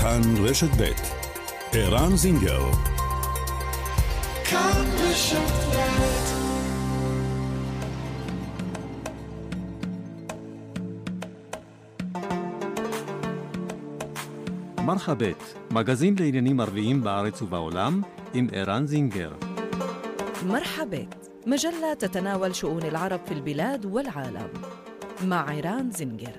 כאן רשת ב' ערן זינגר. כאן רשת ב'. מרחבת, מגזין לעניינים ערביים בארץ ובעולם עם ערן זינגר. مرحبات، مجلة تتناول شؤون العرب في البلاد والعالم مع عران زنجر.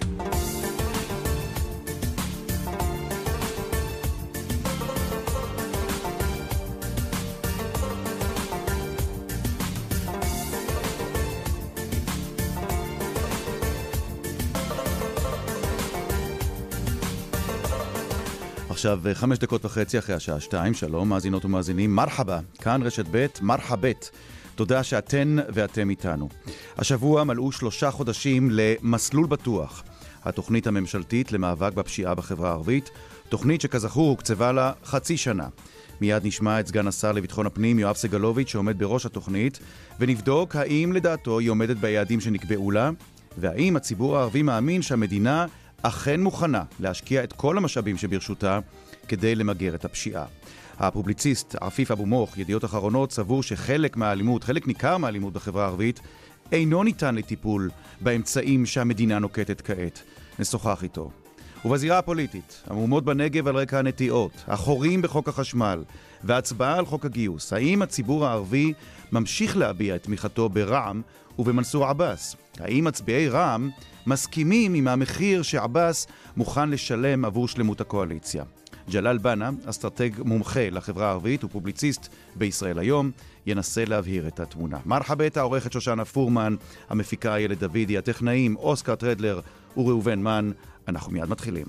עכשיו 5:30 אחרי השעה 2, שלום מאזינות ומאזינים, מרחבה, כאן רשת ב', מרחבת. תודה שאתן ואתם איתנו. השבוע מלאו 3 חודשים למסלול בטוח, התוכנית הממשלתית למאבק בפשיעה בחברה הערבית, תוכנית שכזכור הוקצבה לה חצי שנה. מיד נשמע את סגן השר לביטחון הפנים יואב סגלוביץ' שעומד בראש התוכנית, ונבדוק האם לדעתו היא עומדת ביעדים שנקבעו לה, והאם הציבור הערבי מאמין שהמדינה אכן מוכנה להשקיע את כל המשאבים שברשותה כדי למגר את הפשיעה. הפובליציסט עפיף אבו מוך, ידיעות אחרונות, סבור שחלק מהאלימות, חלק ניכר מהאלימות בחברה הערבית, אינו ניתן לטיפול באמצעים שהמדינה נוקטת כעת. נשוחח איתו. ובזירה הפוליטית, המהומות בנגב על רקע הנטיעות, החורים בחוק החשמל וההצבעה על חוק הגיוס, האם הציבור הערבי ממשיך להביע את תמיכתו ברע"מ ובמנסור עבאס? האם מצביעי רע"מ מסכימים עם המחיר שעבאס מוכן לשלם עבור שלמות הקואליציה? ג'לאל בנה, אסטרטג מומחה לחברה הערבית ופובליציסט בישראל היום, ינסה להבהיר את התמונה. מרחבת, העורכת שושנה פורמן, המפיקה איילת דוידי, הטכנאים אוסקר טרדלר וראובן מן. אנחנו מיד מתחילים.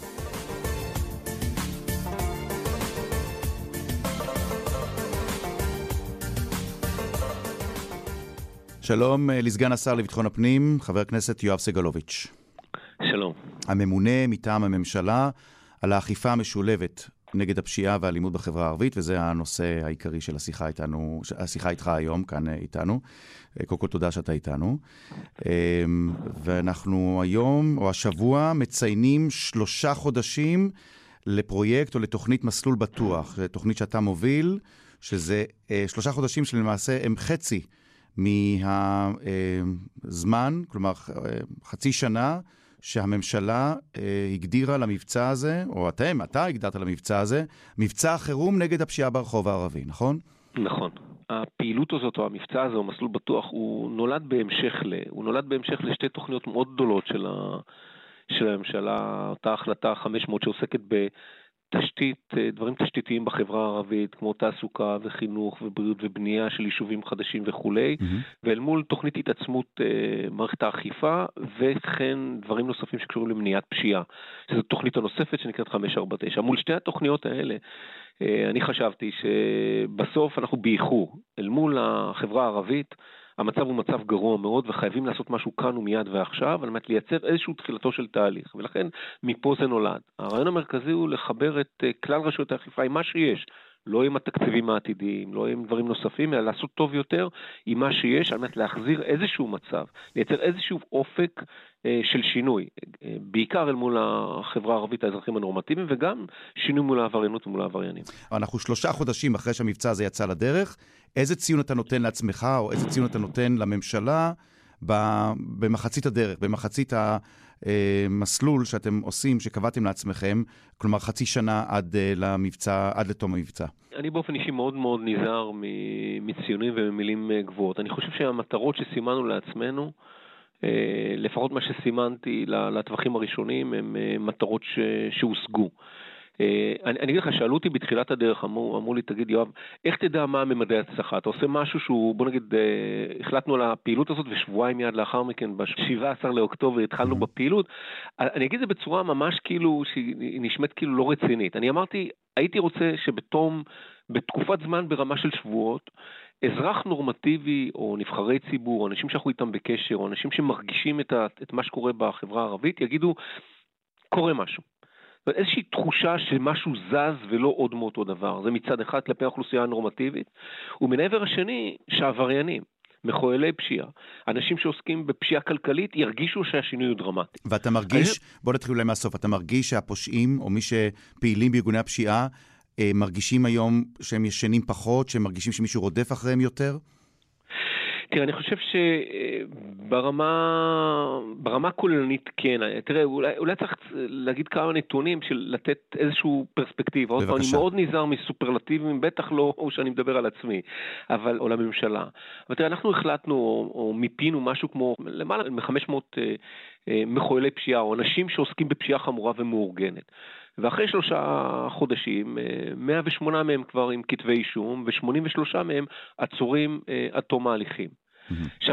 שלום לסגן השר לביטחון הפנים, חבר הכנסת יואב סגלוביץ'. שלום. הממונה מטעם הממשלה על האכיפה המשולבת נגד הפשיעה והאלימות בחברה הערבית, וזה הנושא העיקרי של השיחה איתך היום, כאן איתנו. קודם כל תודה שאתה איתנו. ואנחנו היום, או השבוע, מציינים 3 חודשים לפרויקט או לתוכנית מסלול בטוח. תוכנית שאתה מוביל, שזה 3 חודשים שלמעשה הם חצי מהזמן, כלומר חצי שנה, שהממשלה הגדירה למבצע הזה, או אתה הגדרת למבצע הזה, מבצע חירום נגד הפשיעה ברחוב הערבי, נכון? נכון. הפעילות הזאת, או המבצע הזה, או מסלול בטוח, הוא נולד בהמשך לשתי תוכניות מאוד גדולות של הממשלה, אותה החלטה 500 שעוסקת דברים תשתיתיים בחברה הערבית, כמו תעסוקה וחינוך ובריאות ובנייה של יישובים חדשים וכולי, ואל מול תוכנית התעצמות מערכת האכיפה, וכן דברים נוספים שקשורים למניעת פשיעה, שזו תוכנית הנוספת שנקראת 549. מול שתי התוכניות האלה, אני חשבתי שבסוף אנחנו באיחור, אל מול החברה הערבית, המצב הוא מצב גרוע מאוד, וחייבים לעשות משהו כאן ומיד ועכשיו, על מנת לייצר איזשהו תחילתו של תהליך, ולכן מפה זה נולד. הרעיון המרכזי הוא לחבר את כלל רשויות האכיפה עם מה שיש, לא עם התקציבים העתידיים, לא עם דברים נוספים, אלא לעשות טוב יותר עם מה שיש, על מנת להחזיר איזשהו מצב, לייצר איזשהו אופק של שינוי, בעיקר אל מול החברה הערבית, האזרחים הנורמטיביים, וגם שינוי מול העבריינות ומול העבריינים. אנחנו 3 חודשים אחרי שהמבצע הזה יצא לדרך, איזה ציון אתה נותן לעצמך, או איזה ציון אתה נותן לממשלה במחצית הדרך, במחצית המסלול שאתם עושים, שקבעתם לעצמכם, כלומר חצי שנה עד לתום המבצע? אני באופן אישי מאוד מאוד נזהר מציונים וממילים גבוהות. אני חושב שהמטרות שסימנו לעצמנו, לפחות מה שסימנתי לטווחים הראשונים, הם מטרות שהושגו. אני אגיד לך, שאלו אותי בתחילת הדרך, אמרו לי, תגיד יואב, איך תדע מה ממדי הצלחה? אתה עושה משהו שהוא, בוא נגיד, החלטנו על הפעילות הזאת, ושבועיים מיד לאחר מכן, ב-17 לאוקטובר, התחלנו בפעילות. אני אגיד את זה בצורה ממש כאילו, שהיא נשמעת כאילו לא רצינית. אני אמרתי, הייתי רוצה בתקופת זמן ברמה של שבועות, אזרח נורמטיבי, או נבחרי ציבור, או אנשים שאנחנו איתם בקשר, או אנשים שמרגישים את מה שקורה בחברה הערבית, יגידו, קורה משהו. איזושהי תחושה שמשהו זז ולא עוד מאותו דבר. זה מצד אחד כלפי האוכלוסייה הנורמטיבית, ומעבר השני, שהעבריינים, מחוללי פשיעה, אנשים שעוסקים בפשיעה כלכלית, ירגישו שהשינוי הוא דרמטי. ואתה מרגיש, בוא נתחיל אולי מהסוף, אתה מרגיש שהפושעים, או מי שפעילים בארגוני הפשיעה, מרגישים היום שהם ישנים פחות, שהם מרגישים שמישהו רודף אחריהם יותר? תראה, אני חושב שברמה כוללנית כן. תראה, אולי צריך להגיד כמה נתונים של לתת איזשהו פרספקטיב. עוד פעם, אני מאוד נזהר מסופרלטיבים, בטח לא שאני מדבר על עצמי, אבל או לממשלה. אבל תראה, אנחנו החלטנו או מיפינו משהו כמו למעלה מ-500 מחוללי פשיעה, או אנשים שעוסקים בפשיעה חמורה ומאורגנת. ואחרי 3 חודשים, 108 מהם כבר עם כתבי אישום, ו83 מהם עצורים עד תום ההליכים. עכשיו,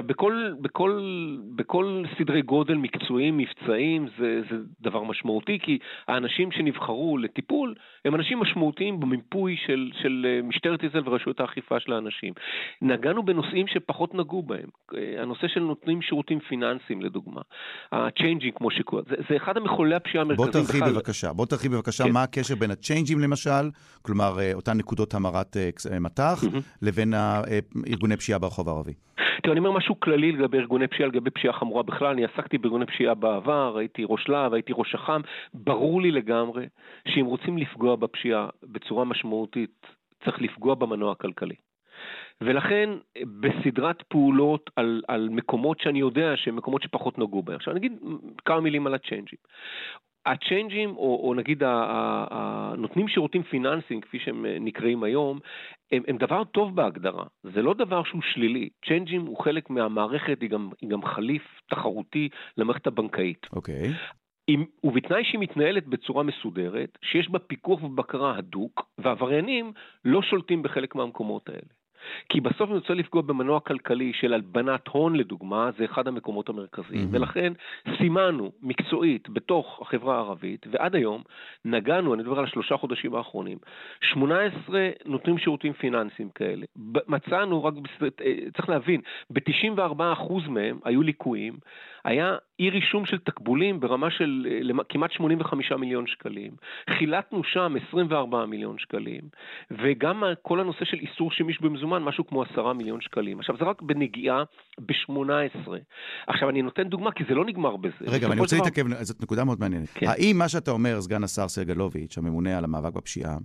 בכל סדרי גודל מקצועיים, מבצעים, זה דבר משמעותי, כי האנשים שנבחרו לטיפול, הם אנשים משמעותיים במיפוי של משטרת ישראל ורשויות האכיפה של האנשים. נגענו בנושאים שפחות נגעו בהם. הנושא של נותנים שירותים פיננסיים, לדוגמה. הצ'יינג'ינג, כמו שקורה. זה אחד המחוללי הפשיעה המרכזיים. בוא תרחיב בבקשה, מה הקשר בין הצ'יינג'ים למשל, כלומר, אותן נקודות המרת מטח, לבין ארגוני פשיעה ברחוב הערבי? תראה, אני אומר משהו כללי לגבי ארגוני פשיעה, לגבי פשיעה חמורה בכלל. אני עסקתי בארגוני פשיעה בעבר, הייתי ראש להב, הייתי ראש אח"מ. ברור לי לגמרי שאם רוצים לפגוע בפשיעה בצורה משמעותית, צריך לפגוע במנוע הכלכלי. ולכן בסדרת פעולות על מקומות שאני יודע שהם מקומות שפחות נגעו בהם. עכשיו אני אגיד כמה מילים על הצ'יינג'ים. הצ'יינג'ים, או נגיד נותנים שירותים פיננסיים, כפי שהם נקראים היום, הם דבר טוב בהגדרה. זה לא דבר שהוא שלילי. צ'יינג'ים הוא חלק מהמערכת, היא גם חליף תחרותי למערכת הבנקאית. אוקיי. ובתנאי שהיא מתנהלת בצורה מסודרת, שיש בה פיקוח ובקרה הדוק, והעבריינים לא שולטים בחלק מהמקומות האלה. כי בסוף אני רוצה לפגוע במנוע כלכלי של הלבנת הון לדוגמה, זה אחד המקומות המרכזיים. ולכן סימנו מקצועית בתוך החברה הערבית, ועד היום נגענו, אני מדבר על 3 חודשים האחרונים, 18 נותנים שירותים פיננסיים כאלה. מצאנו, רק צריך להבין, ב-94% מהם היו ליקויים, היה אי רישום של תקבולים ברמה של כמעט 85 מיליון שקלים. חילטנו שם 24 מיליון שקלים, וגם כל הנושא של איסור שימוש במזומן, משהו כמו 10 מיליון שקלים. עכשיו, זה רק בנגיעה ב-18. עכשיו, אני נותן דוגמה, כי זה לא נגמר בזה. רגע, אני רוצה להתעכב, זאת נקודה מאוד מעניינת. כן. האם מה שאתה אומר, סגן השר סגלוביץ', הממונה על המאבק בפשיעה,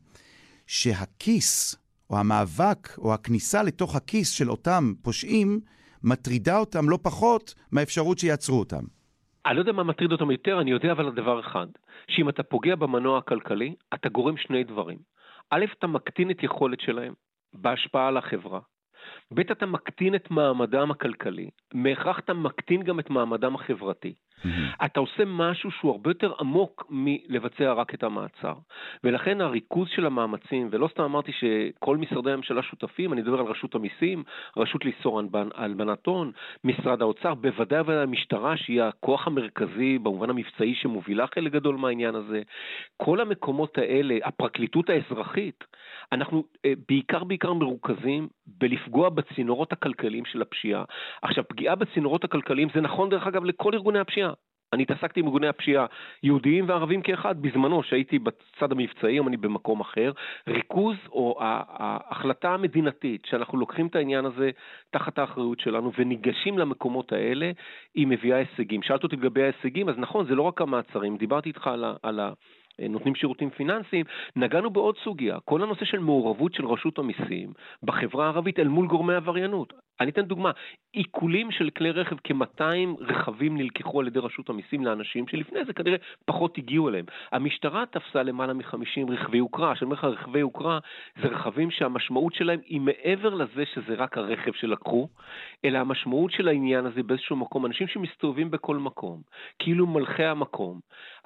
שהכיס, או המאבק, או הכניסה לתוך הכיס של אותם פושעים, מטרידה אותם לא פחות מהאפשרות שיעצרו אותם? אני לא יודע מה מטריד אותם יותר, אני יודע אבל הדבר אחד, שאם אתה פוגע במנוע הכלכלי, אתה גורם 2 דברים. א', אתה מקטין את יכולת שלהם בהשפעה על החברה. ב', אתה מקטין את מעמדם הכלכלי, מהכרח אתה מקטין גם את מעמדם החברתי. אתה עושה משהו שהוא הרבה יותר עמוק מלבצע רק את המעצר. ולכן הריכוז של המאמצים, ולא סתם אמרתי שכל משרדי הממשלה שותפים, אני מדבר על רשות המיסים, רשות לאיסור הלבנת הון, משרד האוצר, בוודאי המשטרה שהיא הכוח המרכזי במובן המבצעי שמובילה חלק גדול מהעניין הזה. כל המקומות האלה, הפרקליטות האזרחית, אנחנו בעיקר מרוכזים בלפגוע בצינורות הכלכליים של הפשיעה. עכשיו, פגיעה בצינורות הכלכליים זה נכון דרך אגב לכל ארגוני הפשיעה. אני התעסקתי עם ארגוני הפשיעה יהודיים וערבים כאחד בזמנו שהייתי בצד המבצעי, אני במקום אחר. ריכוז או ההחלטה המדינתית שאנחנו לוקחים את העניין הזה תחת האחריות שלנו וניגשים למקומות האלה, היא מביאה הישגים. שאלת אותי לגבי ההישגים, אז נכון, זה לא רק המעצרים, דיברתי איתך על נותנים שירותים פיננסיים, נגענו בעוד סוגיה, כל הנושא של מעורבות של רשות המיסים בחברה הערבית אל מול גורמי עבריינות. אני אתן דוגמה, עיקולים של כלי רכב, כ-200 רכבים נלקחו על ידי רשות המיסים לאנשים שלפני זה כנראה פחות הגיעו אליהם. המשטרה תפסה למעלה מ-50 רכבי יוקרה, שאני אומר לך רכבי יוקרה זה רכבים שהמשמעות שלהם היא מעבר לזה שזה רק הרכב שלקחו, אלא המשמעות של העניין הזה באיזשהו מקום, אנשים שמסתובבים בכל מקום, כאילו מלכי המקום.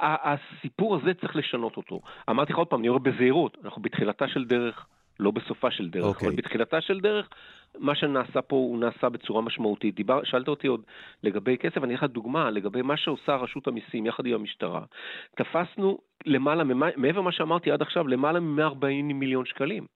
הסיפור הזה צריך לשנות אותו. אמרתי לך עוד פעם, אני אומר בזהירות, אנחנו בתחילתה של דרך, לא בסופה של דרך, אבל בתחילתה של דרך, מה שנעשה פה הוא נעשה בצורה משמעותית. שאלת אותי עוד לגבי כסף, אני אגיד לך דוגמה, לגבי מה שעושה רשות המיסים יחד עם המשטרה. תפסנו למעלה, מעבר מה שאמרתי עד עכשיו, למעלה מ-140 מיליון שקלים.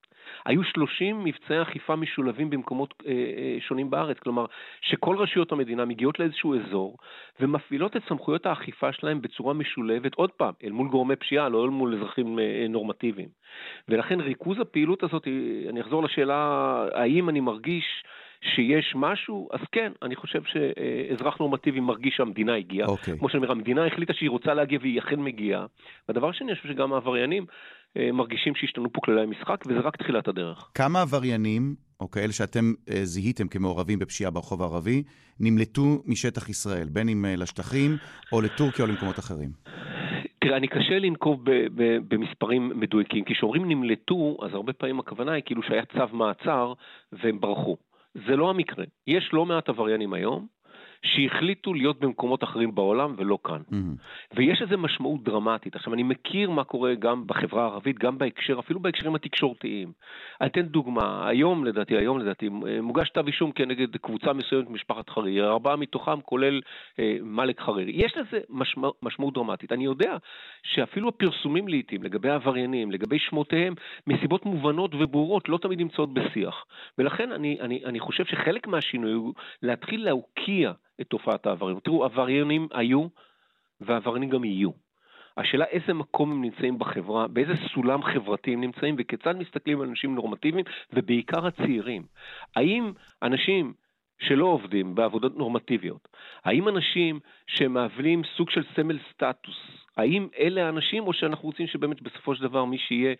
היו 30 מבצעי אכיפה משולבים במקומות שונים בארץ, כלומר שכל רשויות המדינה מגיעות לאיזשהו אזור ומפעילות את סמכויות האכיפה שלהם בצורה משולבת, עוד פעם, אל מול גורמי פשיעה, לא אל מול אזרחים נורמטיביים. ולכן ריכוז הפעילות הזאת, אני אחזור לשאלה, האם אני מרגיש שיש משהו, אז כן, אני חושב שאזרח נורמטיבי מרגיש שהמדינה הגיעה. כמו שאני אומר, המדינה החליטה שהיא רוצה להגיע והיא אכן מגיעה. והדבר שני, אני חושב שגם העבריינים מרגישים שהשתנו פה כללי המשחק, וזה רק תחילת הדרך. כמה עבריינים, או כאלה שאתם זיהיתם כמעורבים בפשיעה ברחוב הערבי, נמלטו משטח ישראל, בין אם לשטחים, או לטורקיה, או למקומות אחרים? תראה, אני קשה לנקוב במספרים מדויקים, כי שאומרים נמלטו, אז הרבה פעמים הכוונה היא כאילו שהיה צו מעצר, והם ברחו. זה לא המקרה. יש לא מעט עבריינים היום, שהחליטו להיות במקומות אחרים בעולם ולא כאן. ויש איזו משמעות דרמטית. עכשיו, אני מכיר מה קורה גם בחברה הערבית, גם בהקשר, אפילו בהקשרים התקשורתיים. אני אתן דוגמה, היום לדעתי, מוגש כתב אישום כנגד קבוצה מסוימת משפחת חרירי, 4 מתוכם כולל מלק חרירי. יש לזה משמעות דרמטית. אני יודע שאפילו הפרסומים לעתים, לגבי העבריינים, לגבי שמותיהם, מסיבות מובנות וברורות, לא תמיד נמצאות בשיח. ולכן אני חושב שחלק מהשינוי הוא להתחיל להוקיע את תופעת העבריינים. תראו, עבריינים היו, והעבריינים גם יהיו. השאלה איזה מקום הם נמצאים בחברה, באיזה סולם חברתי הם נמצאים, וכיצד מסתכלים על אנשים נורמטיביים, ובעיקר הצעירים. האם אנשים שלא עובדים בעבודות נורמטיביות, האם אנשים שמעבלים סוג של סמל סטטוס, האם אלה האנשים, או שאנחנו רוצים שבאמת בסופו של דבר מי שיהיה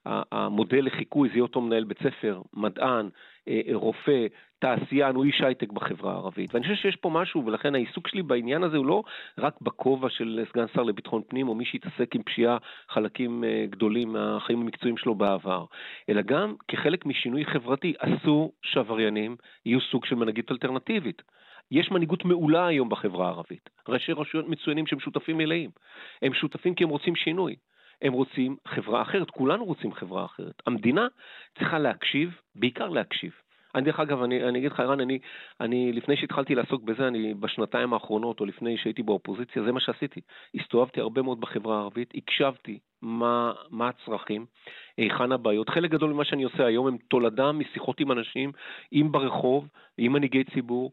המודל לחיקוי, זה יהיה אותו מנהל בית ספר, מדען, רופא, תעשיין, הוא איש הייטק בחברה הערבית. ואני חושב שיש פה משהו, ולכן העיסוק שלי בעניין הזה הוא לא רק בכובע של סגן שר לביטחון פנים, או מי שהתעסק עם פשיעה חלקים גדולים מהחיים המקצועיים שלו בעבר, אלא גם כחלק משינוי חברתי, אסור שעבריינים יהיו סוג של מנהיגות אלטרנטיבית. יש מנהיגות מעולה היום בחברה הערבית. ראשי רשויות מצוינים שהם שותפים מלאים. הם שותפים כי הם רוצים שינוי. הם רוצים חברה אחרת, כולנו רוצים חברה אחרת. המדינה צריכה להקשיב, בעיקר להקשיב. דרך אגב, אני אגיד לך, ערן, אני לפני שהתחלתי לעסוק בזה, אני בשנתיים האחרונות, או לפני שהייתי באופוזיציה, זה מה שעשיתי. הסתובבתי הרבה מאוד בחברה הערבית, הקשבתי מה הצרכים, היכן הבעיות. חלק גדול ממה שאני עושה היום הם תולדה משיחות עם אנשים, עם ברחוב, עם מנהיגי ציבור,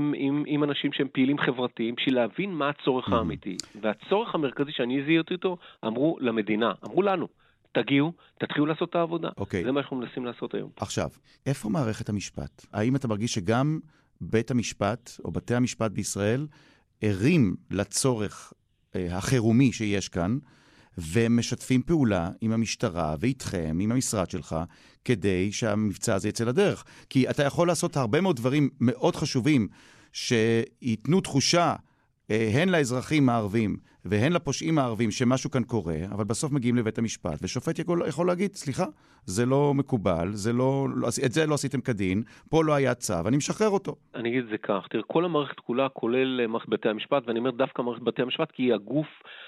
עם אנשים שהם פעילים חברתיים, בשביל להבין מה הצורך האמיתי. והצורך המרכזי שאני זיהיתי אותו, אמרו למדינה, אמרו לנו, תגיעו, תתחילו לעשות את העבודה. זה מה שאנחנו מנסים לעשות היום. עכשיו, איפה מערכת המשפט? האם אתה מרגיש שגם בית המשפט, או בתי המשפט בישראל, ערים לצורך החירומי שיש כאן, ומשתפים פעולה עם המשטרה ואיתכם, עם המשרד שלך, כדי שהמבצע הזה יצא לדרך? כי אתה יכול לעשות הרבה מאוד דברים מאוד חשובים, שיתנו תחושה הן לאזרחים הערבים והן לפושעים הערבים שמשהו כאן קורה, אבל בסוף מגיעים לבית המשפט, ושופט יכול להגיד, סליחה, זה לא מקובל, את זה לא עשיתם כדין, פה לא היה צו, אני משחרר אותו. אני אגיד את זה כך, תראה, כל המערכת כולה, כולל מערכת בתי המשפט, ואני אומר דווקא מערכת בתי המשפט, כי היא הגוף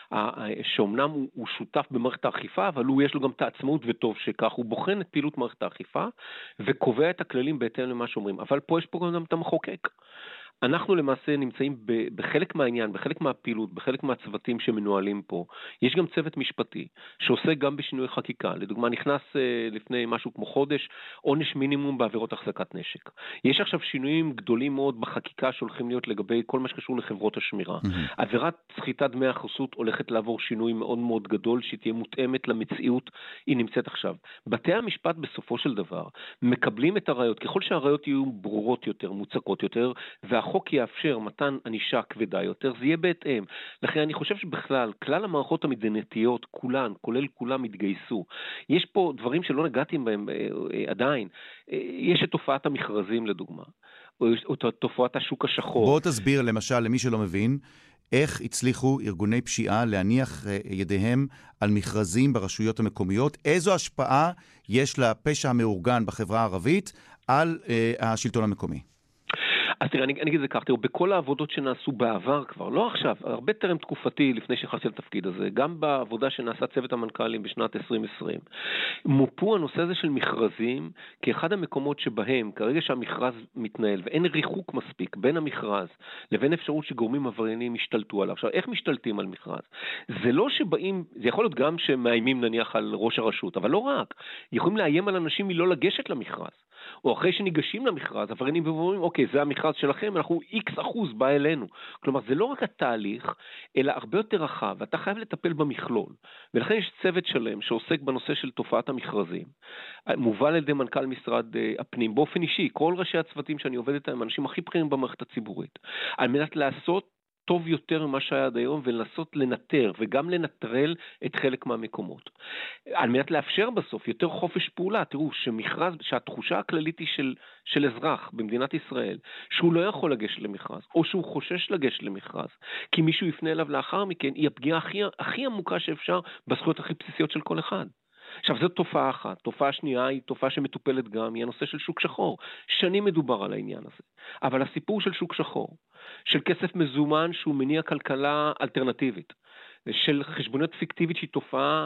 שאומנם הוא שותף במערכת האכיפה, אבל יש לו גם את העצמאות וטוב שכך, הוא בוחן את פעילות מערכת האכיפה, וקובע את הכללים בהתאם למה שאומרים, אבל פה יש פה גם את המחוקק. אנחנו למעשה נמצאים בחלק מהעניין, בחלק מהפעילות, בחלק מהצוותים שמנוהלים פה. יש גם צוות משפטי שעושה גם בשינוי חקיקה. לדוגמה, נכנס לפני משהו כמו חודש, עונש מינימום בעבירות החזקת נשק. יש עכשיו שינויים גדולים מאוד בחקיקה שהולכים להיות לגבי כל מה שקשור לחברות השמירה. עבירת סחיטת דמי החסות הולכת לעבור שינוי מאוד מאוד גדול, שתהיה מותאמת למציאות, היא נמצאת עכשיו. בתי המשפט בסופו של דבר מקבלים את הראיות, ככל שהראיות יהיו ברורות יותר, מוצקות יותר, החוק יאפשר מתן ענישה כבדה יותר, זה יהיה בהתאם. לכן אני חושב שבכלל, כלל המערכות המדינתיות, כולן, כולל כולם התגייסו. יש פה דברים שלא נגעתם בהם עדיין. יש את תופעת המכרזים לדוגמה, או תופעת השוק השחור. בוא תסביר למשל למי שלא מבין, איך הצליחו ארגוני פשיעה להניח ידיהם על מכרזים ברשויות המקומיות, איזו השפעה יש לפשע המאורגן בחברה הערבית על השלטון המקומי. אז תראה, אני אגיד את זה כך, תראו, בכל העבודות שנעשו בעבר כבר, לא עכשיו, הרבה טרם תקופתי לפני שהחלטתי לתפקיד הזה, גם בעבודה שנעשה צוות המנכ"לים בשנת 2020, מופו הנושא הזה של מכרזים כאחד המקומות שבהם, כרגע שהמכרז מתנהל, ואין ריחוק מספיק בין המכרז לבין אפשרות שגורמים עבריינים ישתלטו עליו. עכשיו, איך משתלטים על מכרז? זה לא שבאים, זה יכול להיות גם שמאיימים נניח על ראש הרשות, אבל לא רק, יכולים לאיים על אנשים מלא לגשת למכרז. או אחרי שניגשים למכרז, עבריינים ואומרים, אוקיי, זה המכרז, המכרז שלכם, אנחנו X% בא אלינו. כלומר, זה לא רק התהליך, אלא הרבה יותר רחב, ואתה חייב לטפל במכלול. ולכן יש צוות שלם שעוסק בנושא של תופעת המכרזים. מובל על ידי מנכ"ל משרד הפנים, באופן אישי, כל ראשי הצוותים שאני עובדת הם אנשים הכי בכירים במערכת הציבורית, על מנת לעשות טוב יותר ממה שהיה עד היום, ולנסות לנטר, וגם לנטרל את חלק מהמקומות. על מנת לאפשר בסוף יותר חופש פעולה, תראו, שהתחושה הכללית היא של אזרח במדינת ישראל, שהוא לא יכול לגשת למכרז, או שהוא חושש לגשת למכרז, כי מישהו יפנה אליו לאחר מכן, היא הפגיעה הכי עמוקה שאפשר, בזכויות הכי בסיסיות של כל אחד. עכשיו, זו תופעה אחת. תופעה שנייה היא תופעה שמטופלת גם, היא הנושא של שוק שחור. שנים מדובר על העניין הזה. אבל הסיפור של שוק שחור, של כסף מזומן שהוא מניע כלכלה אלטרנטיבית, של חשבוניות פיקטיבית שהיא תופעה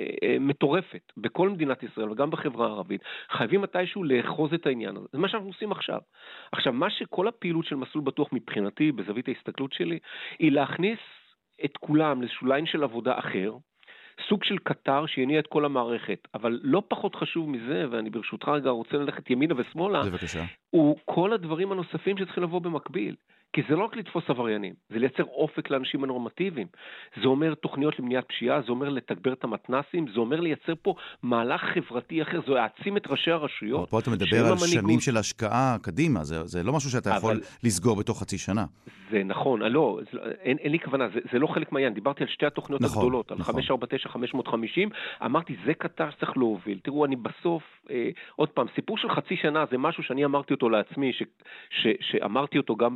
מטורפת בכל מדינת ישראל וגם בחברה הערבית, חייבים מתישהו לאחוז את העניין הזה. זה מה שאנחנו עושים עכשיו. עכשיו, מה שכל הפעילות של מסלול בטוח מבחינתי, בזווית ההסתכלות שלי, היא להכניס את כולם לשוליים של עבודה אחר, סוג של קטר שיניע את כל המערכת, אבל לא פחות חשוב מזה, ואני ברשותך רגע רוצה ללכת ימינה ושמאלה, הוא כל הדברים הנוספים שצריכים לבוא במקביל. כי זה לא רק לתפוס עבריינים, זה לייצר אופק לאנשים הנורמטיביים. זה אומר תוכניות למניעת פשיעה, זה אומר לתגבר את המתנסים, זה אומר לייצר פה מהלך חברתי אחר, זה להעצים את לי הרשויות. פה אתה מדבר על שנים של השקעה קדימה, זה לא משהו שאתה יכול לסגור בתוך חצי שנה. זה נכון, לא, אין לי כוונה, זה לא חלק מהעניין, דיברתי על שתי התוכניות הגדולות, על 549, 550, אמרתי, זה קטר שצריך להוביל. תראו, אני בסוף, עוד פעם, סיפור של חצי שנה, זה משהו שאני אמרתי אותו לעצמי, שאמרתי אותו גם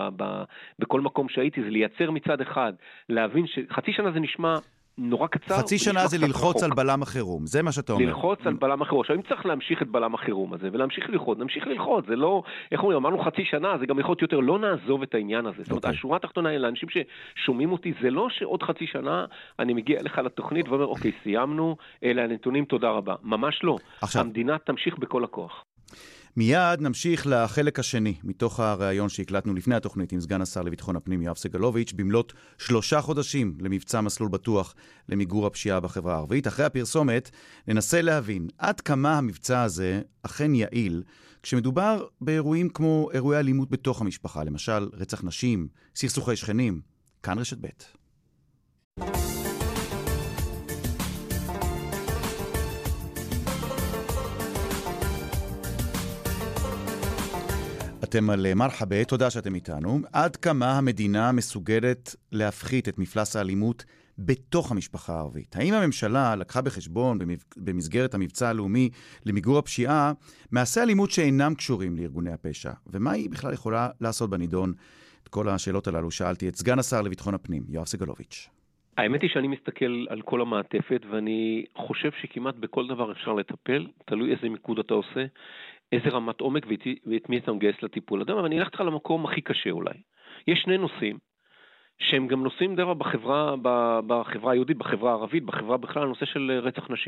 בכל מקום שהייתי, זה לייצר מצד אחד, להבין שחצי שנה זה נשמע נורא קצר. חצי שנה זה ללחוץ על בלם החירום, זה מה שאתה אומר. ללחוץ על בלם החירום. עכשיו, אם צריך להמשיך את בלם החירום הזה, ולהמשיך ללחוץ, נמשיך ללחוץ. זה לא, איך אומרים, אמרנו חצי שנה, זה גם יכול להיות יותר, לא נעזוב את העניין הזה. זאת אומרת, השורה התחתונה היא, לאנשים ששומעים אותי, זה לא שעוד חצי שנה אני מגיע אליך לתוכנית ואומר, אוקיי, סיימנו, אלה הנתונים, תודה רבה. ממש לא. המדינה תמשיך בכל הכוח. מיד נמשיך לחלק השני, מתוך הראיון שהקלטנו לפני התוכנית עם סגן השר לביטחון הפנים יואב סגלוביץ', במלאת 3 חודשים למבצע מסלול בטוח למיגור הפשיעה בחברה הערבית. אחרי הפרסומת ננסה להבין עד כמה המבצע הזה אכן יעיל, כשמדובר באירועים כמו אירועי אלימות בתוך המשפחה, למשל רצח נשים, סכסוכי שכנים. כאן רשת ב'. אתם על מרחבה, תודה שאתם איתנו. עד כמה המדינה מסוגלת להפחית את מפלס האלימות בתוך המשפחה הערבית? האם הממשלה לקחה בחשבון במסגרת המבצע הלאומי למיגור הפשיעה מעשי אלימות שאינם קשורים לארגוני הפשע? ומה היא בכלל יכולה לעשות בנידון? את כל השאלות הללו שאלתי את סגן השר לביטחון הפנים יואב סגלוביץ'. האמת היא שאני מסתכל על כל המעטפת, ואני חושב שכמעט בכל דבר אפשר לטפל, תלוי איזה מיקוד אתה עושה, איזה רמת עומק ואת מי אתה מגייס לטיפול. אבל אני אלך לך למקום הכי קשה אולי. יש 2 נושאים, שהם גם נושאים דבר בחברה היהודית, בחברה הערבית, בחברה בכלל, הנושא של רצח נשים.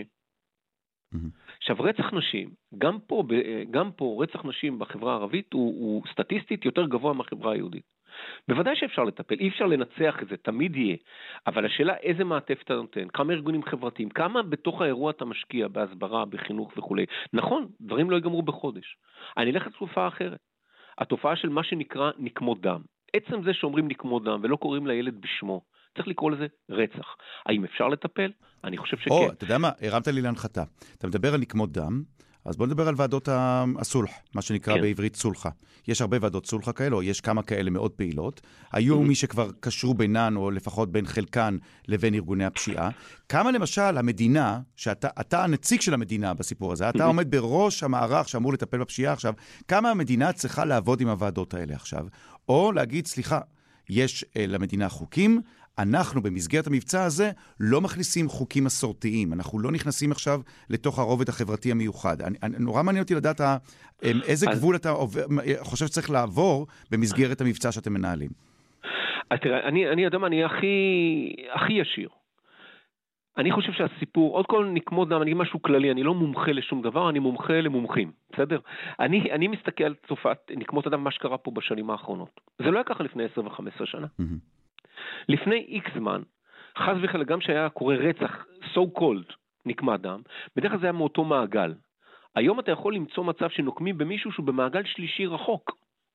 עכשיו, רצח נשים, גם פה רצח נשים בחברה הערבית הוא סטטיסטית יותר גבוה מהחברה היהודית. בוודאי שאפשר לטפל, אי אפשר לנצח את זה, תמיד יהיה. אבל השאלה איזה מעטפת אתה נותן, כמה ארגונים חברתיים, כמה בתוך האירוע אתה משקיע בהסברה, בחינוך וכו'. נכון, דברים לא ייגמרו בחודש. אני אלך לתופעה אחרת. התופעה של מה שנקרא נקמות דם. עצם זה שאומרים נקמות דם ולא קוראים לילד בשמו, צריך לקרוא לזה רצח. האם אפשר לטפל? אני חושב שכן. אתה יודע מה? הרמת לי להנחתה. אתה מדבר על נקמות דם, אז בוא נדבר על ועדות הסולח, מה שנקרא בעברית סולחה. יש הרבה ועדות סולחה כאלה, או יש כמה כאלה מאוד פעילות. היו מי שכבר קשרו בינן, או לפחות בין חלקן לבין ארגוני הפשיעה. כמה למשל המדינה, שאתה הנציג של המדינה בסיפור הזה, אתה עומד בראש המערך שאמור לטפל בפשיעה עכשיו, כמה המדינה צריכה לעבוד עם הוועדות האלה עכשיו? או להגיד, סליחה, יש למדינה חוקים, אנחנו במסגרת המבצע הזה לא מכניסים חוקים מסורתיים, אנחנו לא נכנסים עכשיו לתוך הרובד החברתי המיוחד. נורא מעניין אותי לדעת איזה גבול אתה חושב שצריך לעבור במסגרת המבצע שאתם מנהלים. אז תראה, אני הכי ישיר. אני חושב שהסיפור, עוד כל נקמות דם, אני אגיד משהו כללי, אני לא מומחה לשום דבר, אני מומחה למומחים, בסדר? אני מסתכל על תופעת נקמות הדם, מה שקרה פה בשנים האחרונות. זה לא היה ככה לפני 10 ו-15 שנה. לפני איקס זמן, חס וחלילה, גם שהיה קורה רצח, so called, נקמת דם, בדרך כלל זה היה מאותו מעגל. היום אתה יכול למצוא מצב שנוקמים במישהו שהוא במעגל שלישי רחוק.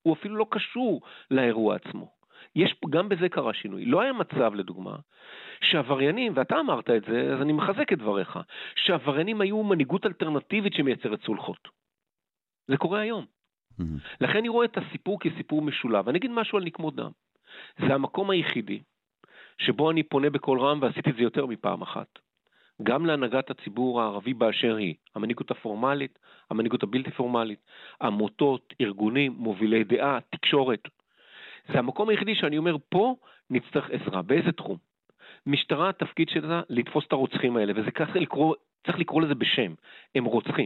הוא אפילו לא קשור לאירוע עצמו. גם בזה קרה שינוי. לא היה מצב, לדוגמה, שעבריינים, ואתה אמרת את זה, אז אני מחזק את דבריך, שעבריינים היו מנהיגות אלטרנטיבית שמייצרת סולחות. זה קורה היום. לכן אני רואה את הסיפור כסיפור משולב. אני אגיד משהו על נקמות דם. זה המקום היחידי שבו אני פונה בכל רם, ועשיתי את זה יותר מפעם אחת. גם להנהגת הציבור הערבי באשר היא, המנהיגות הפורמלית, המנהיגות הבלתי פורמלית, עמותות, ארגונים, מובילי דעה, תקשורת. זה המקום היחידי שאני אומר, פה נצטרך עזרה. באיזה תחום? משטרה, התפקיד שלה, לתפוס את הרוצחים האלה, וזה צריך לקרוא לזה בשם. הם רוצחים.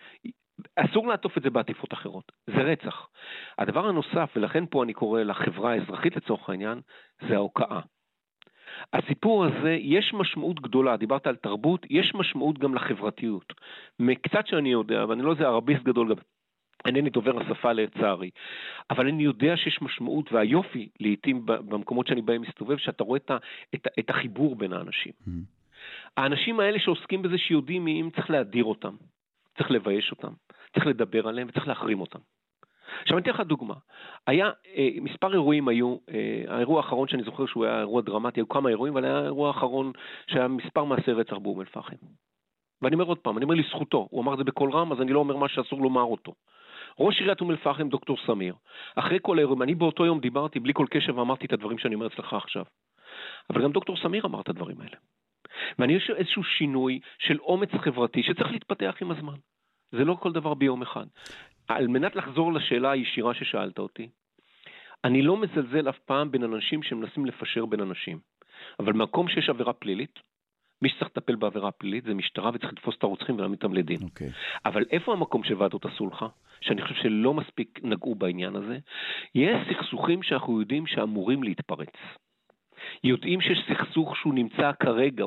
אסור לעטוף את זה בעטיפות אחרות. זה רצח. הדבר הנוסף, ולכן פה אני קורא לחברה האזרחית לצורך העניין, זה ההוקעה. הסיפור הזה, יש משמעות גדולה, דיברת על תרבות, יש משמעות גם לחברתיות. מקצת שאני יודע, ואני לא יודע, ערביסט גדול גם, אינני דובר השפה לצערי, אבל אני יודע שיש משמעות, והיופי לעתים במקומות שאני בהם מסתובב, שאתה רואה את החיבור בין האנשים. האנשים האלה שעוסקים בזה שיודעים אם צריך להדיר אותם, צריך לבייש אותם, צריך לדבר עליהם וצריך להחרים אותם. עכשיו אני אתן לך דוגמה, מספר אירועים היו, האירוע האחרון שאני זוכר שהוא היה אירוע דרמטי, היו כמה אירועים, אבל היה האירוע האחרון שהיה מספר מעשי רצח באום אל-פחם. ואני אומר עוד פעם, אני אומר לזכותו, הוא אמר את זה בכל רם, אז אני לא אומר מה שאסור לומר אותו. ראש עיריית אום אל-פחם, דוקטור סמיר, אחרי כל האירועים, אני באותו יום דיברתי בלי כל קשב ואמרתי את הדברים שאני אומר אצלך עכשיו. אבל גם דוקטור סמיר אמר את הדברים האלה. ואני יש איזשהו שינוי של אומץ חברתי שצריך להתפתח עם הזמן. זה לא כל דבר ביום אחד. על מנת לחזור לשאלה הישירה ששאלת אותי, אני לא מזלזל אף פעם בין אנשים שמנסים לפשר בין אנשים. אבל במקום שיש עבירה פלילית, מי שצריך לטפל בעבירה פלילית זה משטרה וצריך לתפוס את הרוצחים ולהעמיד אותם לדין. אבל איפה המקום של ועדות הסולחה? שאני חושב שלא מספיק נגעו בעניין הזה. יש סכסוכים שאנחנו יודעים שאמורים להתפרץ. יודעים שיש סכסוך שהוא נמצא כרגע,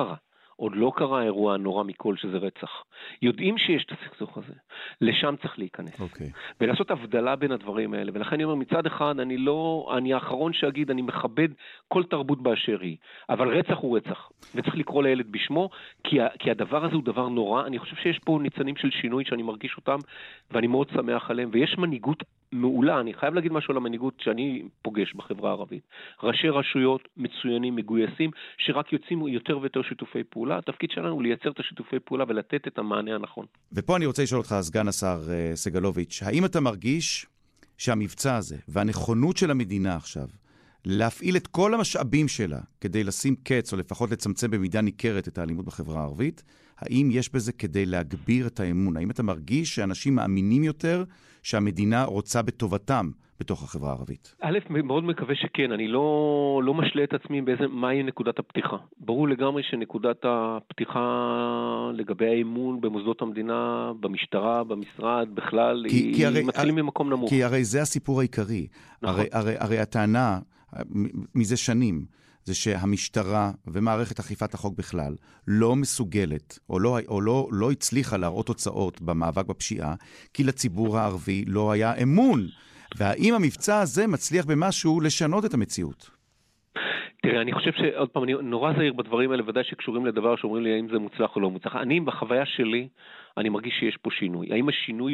עוד לא קרה האירוע הנורא מכל שזה רצח. יודעים שיש את הסכסוך הזה. לשם צריך להיכנס. ולעשות הבדלה בין הדברים האלה. ולכן אני אומר, מצד אחד, אני האחרון שאגיד, אני מכבד כל תרבות באשר היא. אבל רצח הוא רצח. וצריך לקרוא לילד בשמו, כי הדבר הזה הוא דבר נורא. אני חושב שיש פה ניצנים של שינוי שאני מרגיש אותם, ואני מאוד שמח עליהם. ויש מנהיגות מעולה. אני חייב להגיד משהו על המנהיגות שאני פוגש בחברה הערבית. ראשי רשויות מצוינים, מגויסים, שרק יוצאים יותר ויותר שיתופי פעולה. התפקיד שלנו הוא לייצר את השיתופי פעולה ולתת את המענה הנכון. ופה אני רוצה לשאול אותך, סגן השר סגלוביץ', האם אתה מרגיש שהמבצע הזה והנכונות של המדינה עכשיו להפעיל את כל המשאבים שלה כדי לשים קץ או לפחות לצמצם במידה ניכרת את האלימות בחברה הערבית, האם יש בזה כדי להגביר את האמון? האם אתה מרגיש שאנשים מאמינים יותר שהמדינה רוצה בטובתם בתוך החברה הערבית? א', מאוד מקווה שכן, אני לא משלה את עצמי מהי נקודת הפתיחה. ברור לגמרי שנקודת הפתיחה לגבי האמון במוסדות המדינה, במשטרה, במשרד, בכלל, היא מתחילים ממקום נמוך. כי הרי זה הסיפור העיקרי. נכון. הרי הטענה מזה שנים, זה שהמשטרה ומערכת אכיפת החוק בכלל לא מסוגלת, או לא הצליחה להראות תוצאות במאבק בפשיעה, כי לציבור הערבי לא היה אמון. והאם המבצע הזה מצליח במשהו לשנות את המציאות? תראה, אני חושב שעוד פעם, אני נורא זהיר בדברים האלה, ודאי שקשורים לדבר שאומרים לי האם זה מוצלח או לא מוצלח. אני, בחוויה שלי, אני מרגיש שיש פה שינוי. האם השינוי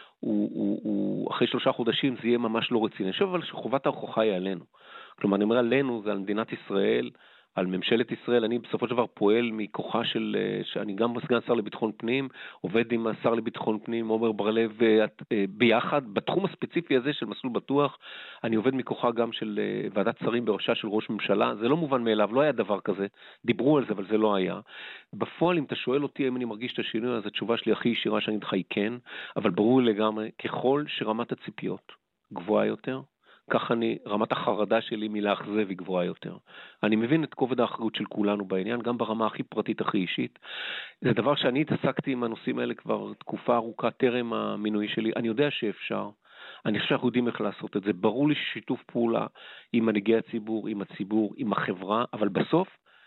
הוא אחרי 3 חודשים, זה יהיה ממש לא רציני. אני חושב אבל שחובת ההוכחה היא עלינו. כלומר, אני אומר עלינו, זה על מדינת ישראל, על ממשלת ישראל. אני בסופו של דבר פועל מכוחה שאני גם סגן שר לביטחון פנים, עובד עם השר לביטחון פנים, עומר בר-לב, ביחד. בתחום הספציפי הזה של מסלול בטוח, אני עובד מכוחה גם של ועדת שרים בראשה של ראש ממשלה. זה לא מובן מאליו, לא היה דבר כזה. דיברו על זה, אבל זה לא היה. בפועל, אם אתה שואל אותי אם אני מרגיש את השינוי, אז התשובה שלי הכי ישירה שאני אדחה היא כן, אבל ברור לגמרי, ככל שרמת הציפיות גבוהה יותר, כך רמת החרדה שלי מלאכזב היא גבוהה יותר. אני מבין את כובד האחריות של כולנו בעניין, גם ברמה הכי פרטית, הכי אישית. זה דבר שאני התעסקתי עם הנושאים האלה כבר תקופה ארוכה, טרם המינוי שלי. אני יודע שאפשר. אני חושב שאנחנו יודעים איך לעשות את זה. ברור לי ששיתוף פעולה עם מנהיגי הציבור, עם החברה, אבל בסוף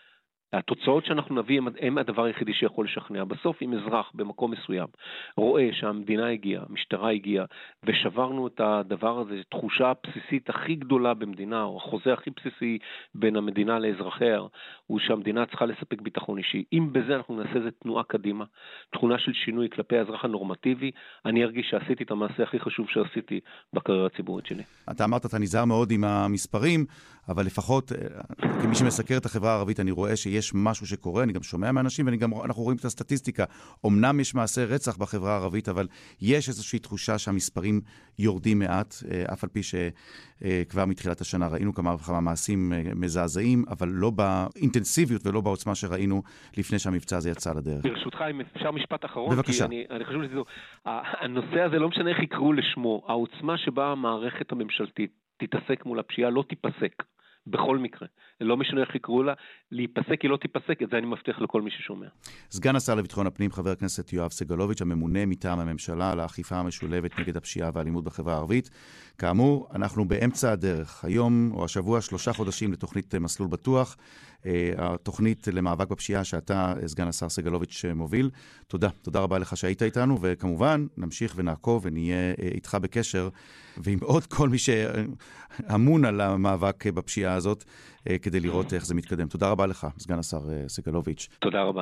התוצאות שאנחנו נביא הם הדבר היחידי שיכול לשכנע. בסוף אם אזרח במקום מסוים רואה שהמדינה הגיעה, המשטרה הגיעה, ושברנו את הדבר הזה, תחושה הבסיסית הכי גדולה במדינה, או החוזה הכי בסיסי בין המדינה לאזרחיה, הוא שהמדינה צריכה לספק ביטחון אישי. אם בזה אנחנו נעשה איזה תנועה קדימה, תכונה של שינוי כלפי האזרח הנורמטיבי, אני ארגיש שעשיתי את המעשה הכי חשוב שעשיתי בקריירה הציבורית שלי. אתה אמרת, אתה נזהר מאוד עם המספרים, אבל לפחות כמי שמסקר את החברה הערבית, אני רואה שיש משהו שקורה, אני גם שומע מאנשים, ואנחנו רואים את הסטטיסטיקה. אמנם יש מעשי רצח בחברה הערבית, אבל יש איזושהי תחושה שהמספרים יורדים מעט, אף על פי שכבר מתחילת השנה ראינו כמה מעשים מזעזעים, אבל לא באינטנסיביות ולא בעוצמה שראינו לפני שהמבצע הזה יצא לדרך. ברשותך, אם אפשר משפט אחרון, בבקשה. כי אני חשוב לזה, הנושא הזה לא משנה איך יקראו לשמו, העוצמה שבה המערכת הממשלתית תתעסק מול הפשיעה לא תיפסק. בכל מקרה. לא משנה איך יקראו לה, להיפסק היא לא תיפסק, את זה אני מבטיח לכל מי ששומע. סגן השר לביטחון הפנים, חבר הכנסת יואב סגלוביץ', הממונה מטעם הממשלה על האכיפה המשולבת נגד הפשיעה והאלימות בחברה הערבית. כאמור, אנחנו באמצע הדרך. היום או השבוע 3 חודשים לתוכנית מסלול בטוח, התוכנית למאבק בפשיעה שאתה, סגן השר סגלוביץ', מוביל. תודה רבה לך שהיית איתנו, וכמובן נמשיך ונעקוב ונהיה איתך בקשר, ועם עוד כל מי שאמון על המאבק בפשיעה הזאת, כדי לראות איך זה מתקדם. תודה רבה לך, סגן השר סגלוביץ'. תודה רבה.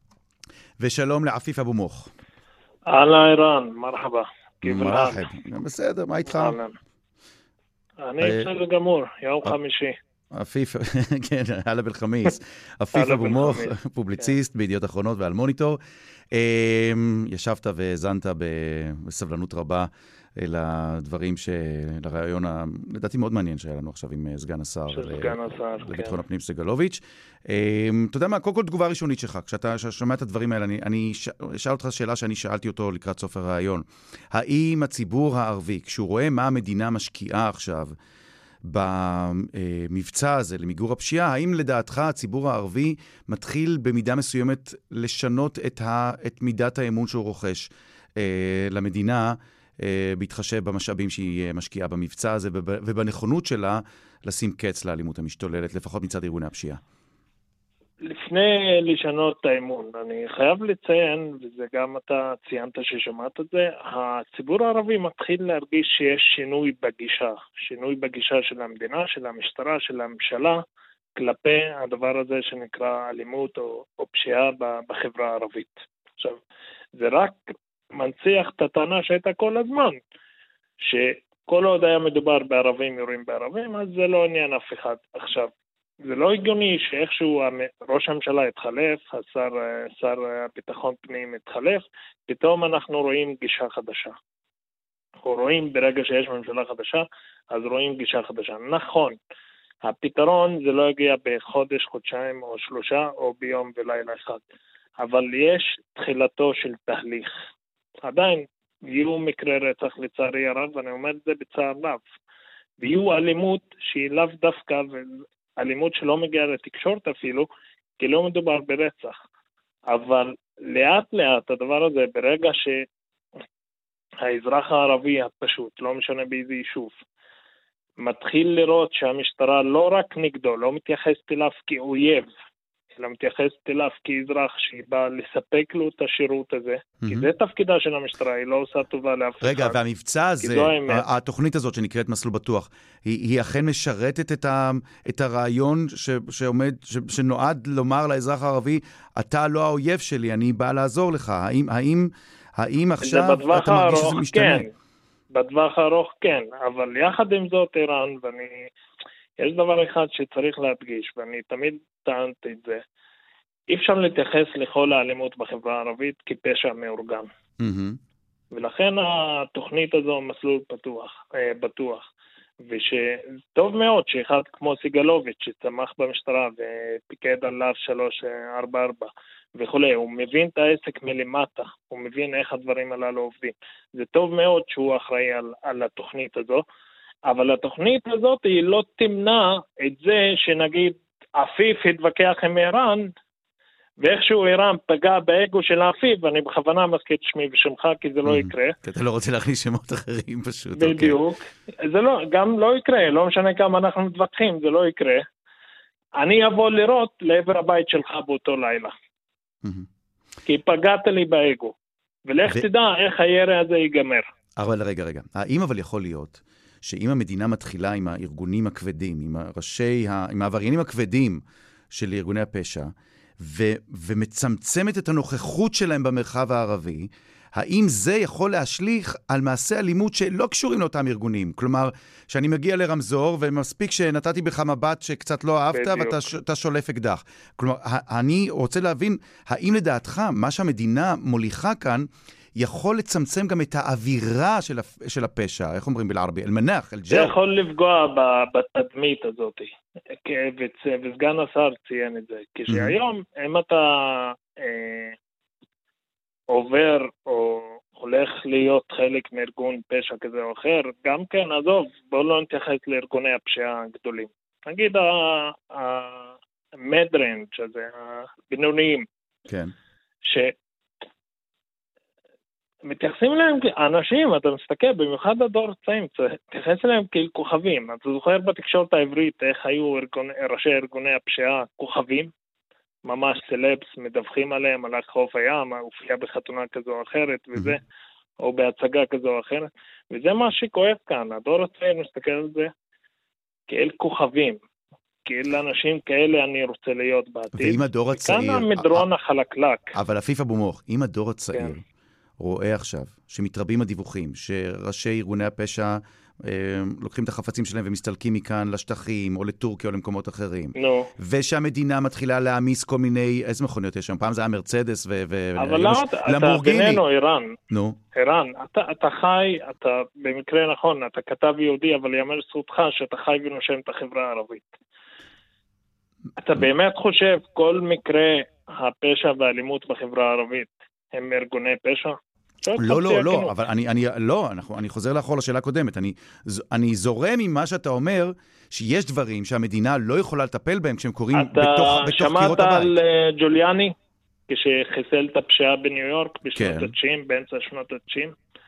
ושלום לעפיף אבו מוך. אהלן ערן, מרחבה. מרחב. בסדר, מה איתך? אני בסדר גמור, יום חמישי. עפיף, כן, הלאה בלחמיס. עפיף אבו מוך, פובליציסט בידיעות אחרונות ועל מוניטור. ישבת והזנת בסבלנות רבה לדברים לרעיון, לדעתי מאוד מעניין שהיה לנו עכשיו עם סגן השר לביטחון הפנים סגלוביץ'. אתה יודע מה, קודם כל תגובה ראשונית שלך, כשאתה שומע את הדברים האלה, אני אשאל אותך שאלה שאני שאלתי אותו לקראת סוף הרעיון. האם הציבור הערבי, כשהוא רואה מה המדינה משקיעה עכשיו במבצע הזה למיגור הפשיעה, האם לדעתך הציבור הערבי מתחיל במידה מסוימת לשנות את מידת האמון שהוא רוכש למדינה, בהתחשב במשאבים שהיא משקיעה במבצע הזה ובנכונות שלה לשים קץ לאלימות המשתוללת, לפחות מצד ארגוני הפשיעה? לפני לשנות את האמון, אני חייב לציין, וזה גם אתה ציינת ששמעת את זה, הציבור הערבי מתחיל להרגיש שיש שינוי בגישה של המדינה, של המשטרה, של הממשלה, כלפי הדבר הזה שנקרא אלימות או פשיעה בחברה הערבית. עכשיו, זה רק מנציח את הטענה שהייתה כל הזמן, שכל עוד היה מדובר בערבים יורים בערבים, אז זה לא עניין אף אחד. עכשיו, זה לא הגיוני שאיכשהו ראש הממשלה התחלף, שר הביטחון פנים התחלף, פתאום אנחנו רואים גישה חדשה. אנחנו רואים ברגע שיש ממשלה חדשה, אז רואים גישה חדשה. נכון, הפתרון זה לא יגיע בחודש, חודשיים או 3 או ביום ולילה אחד, אבל יש תחילתו של תהליך. עדיין יהיו מקרי רצח לצערי הרב, ואני אומר את זה בצער רב, ויהיו אלימות שהיא לאו דווקא, אלימות שלא מגיעה לתקשורת אפילו, כי לא מדובר ברצח. אבל לאט לאט הדבר הזה, ברגע שהאזרח הערבי הפשוט, לא משנה באיזה יישוב, מתחיל לראות שהמשטרה לא רק נגדו, לא מתייחסת אליו כאויב, אלא מתייחסת אליו כאזרח שהיא באה לספק לו את השירות הזה, כי זה תפקידה של המשטרה, היא לא עושה טובה לאף אחד. רגע, והמבצע הזה, התוכנית הזאת שנקראת מסלול בטוח, היא אכן משרתת את הרעיון שנועד לומר לאזרח הערבי, אתה לא האויב שלי, אני בא לעזור לך. האם עכשיו אתה מרגיש שזה משתנה? כן, בטווח הארוך כן, אבל יחד עם זאת ערן, יש דבר אחד שצריך להדגיש, ואני תמיד טענתי את זה, אי אפשר להתייחס לכל האלימות בחברה הערבית כפשע מאורגן. ולכן התוכנית הזו מסלול בטוח. ושטוב מאוד שאחד כמו סגלוביץ' שצמח במשטרה ופיקד על להב 344 וכולי, הוא מבין את העסק מלמטה, הוא מבין איך הדברים הללו עובדים. זה טוב מאוד שהוא אחראי על התוכנית הזו, אבל התוכנית הזאת היא לא תמנע את זה שנגיד עפיף התווכח עם איראן, ואיכשהו איראן פגע באגו של עפיף, ואני בכוונה מזכיר את שמי ושמך, כי זה לא יקרה. כי אתה לא רוצה להכניס שמות אחרים פשוט. בדיוק. זה גם לא יקרה, לא משנה כמה אנחנו מתווכחים, זה לא יקרה. אני אבוא לראות לעבר הבית שלך באותו לילה. כי פגעת לי באגו. ולך תדע איך הירי הזה ייגמר. אבל רגע. האם אבל יכול להיות שאם המדינה מתחילה עם הארגונים הכבדים, עם העבריינים הכבדים של ארגוני הפשע, ומצמצמת את הנוכחות שלהם במרחב הערבי, האם זה יכול להשליך על מעשי אלימות שלא קשורים לאותם ארגונים? כלומר, שאני מגיע לרמזור, ומספיק שנתתי בך מבט שקצת לא אהבת, ואתה שולף אקדח. כלומר, אני רוצה להבין, האם לדעתך, מה שהמדינה מוליכה כאן, יכול לצמצם גם את האווירה של הפשע, איך אומרים בלערבי? אל-מנח, זה יכול לפגוע בתדמית הזאת, וסגן השר ציין את זה, כשהיום, אם אתה עובר או הולך להיות חלק מארגון פשע כזה או אחר, גם כן, עזוב, בואו לא נתייחס לארגוני הפשיעה הגדולים. נגיד המדרנג' הזה, הבינוניים, כן. מתייחסים אליהם כאנשים, אתה מסתכל, במיוחד הדור הצעיר, תייחס אליהם כאל כוכבים. אתה זוכר בתקשורת העברית איך היו ראשי ארגוני הפשיעה כוכבים? ממש סלבס מדווחים עליהם, על חוף הים, הופיע בחתונה כזו או אחרת וזה, או בהצגה כזו או אחרת. וזה מה שכואב כאן, הדור הצעיר מסתכל על זה כאל כוכבים. כאל אנשים כאלה אני רוצה להיות בעתיד. ואם הדור הצעיר... וכאן המדרון החלקלק. אבל עפיף אבו מוך, אם הדור הצעיר... כן. רואה עכשיו שמתרבים הדיווחים, שראשי ארגוני הפשע לוקחים את החפצים שלהם ומסתלקים מכאן לשטחים, או לטורקיה, או למקומות אחרים. ושהמדינה מתחילה להעמיס כל מיני, איזה מכוניות יש שם? פעם זה היה מרצדס אבל לא, אתה בינינו, ערן. נו. ערן, אתה חי, אתה במקרה נכון, אתה כתב יהודי, אבל יאמר זכותך שאתה חי ונושם את החברה הערבית. אתה באמת חושב, כל מקרה הפשע והאלימות בחברה הערבית, הם ארגוני פשע? לא, אבל אני חוזר לאחור לשאלה הקודמת. אני זורם ממה שאתה אומר, שיש דברים שהמדינה לא יכולה לטפל בהם כשהם קוראים בתוך קירות הבית. אתה שמעת על ג'וליאני, כשחיסל את הפשיעה בניו יורק בשנות ה-90, באמצע שנות ה-90?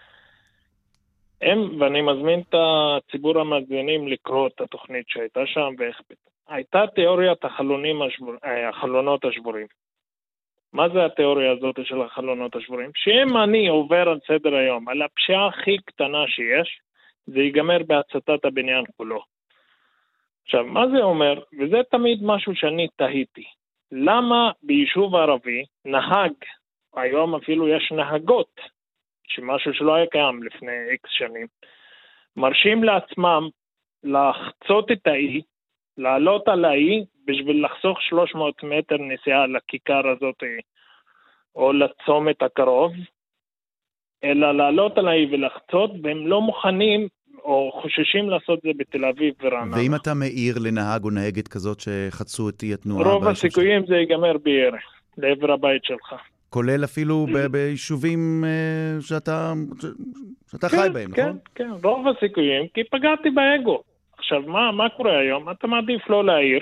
ואני מזמין את הציבור המאזינים לקרוא את התוכנית שהייתה שם, הייתה תיאוריית החלונות השבורים. מה זה התיאוריה הזאת של החלונות השבורים? שאם אני עובר על סדר היום, על הפשיעה הכי קטנה שיש, זה ייגמר בהצתת הבניין כולו. עכשיו, מה זה אומר? וזה תמיד משהו שאני תהיתי. למה ביישוב ערבי נהג, היום אפילו יש נהגות, שמשהו שלא היה קיים לפני X שנים, מרשים לעצמם לחצות את האי, לעלות על האי, בשביל לחסוך 300 מטר נסיעה לכיכר הזאת, או לצומת הקרוב, אלא לעלות על האי ולחצות, והם לא מוכנים, או חוששים לעשות זה בתל אביב ורעננה. ואם אתה מעיר לנהג או נהגת כזאת שחצו את אי התנועה? רוב הסיכויים זה ייגמר בירי, לעבר הבית שלך. כולל אפילו ביישובים שאתה חי בהם, נכון? כן, רוב הסיכויים, כי פגעתי באגו. עכשיו, מה קורה היום? אתה מעדיף לא להעיר.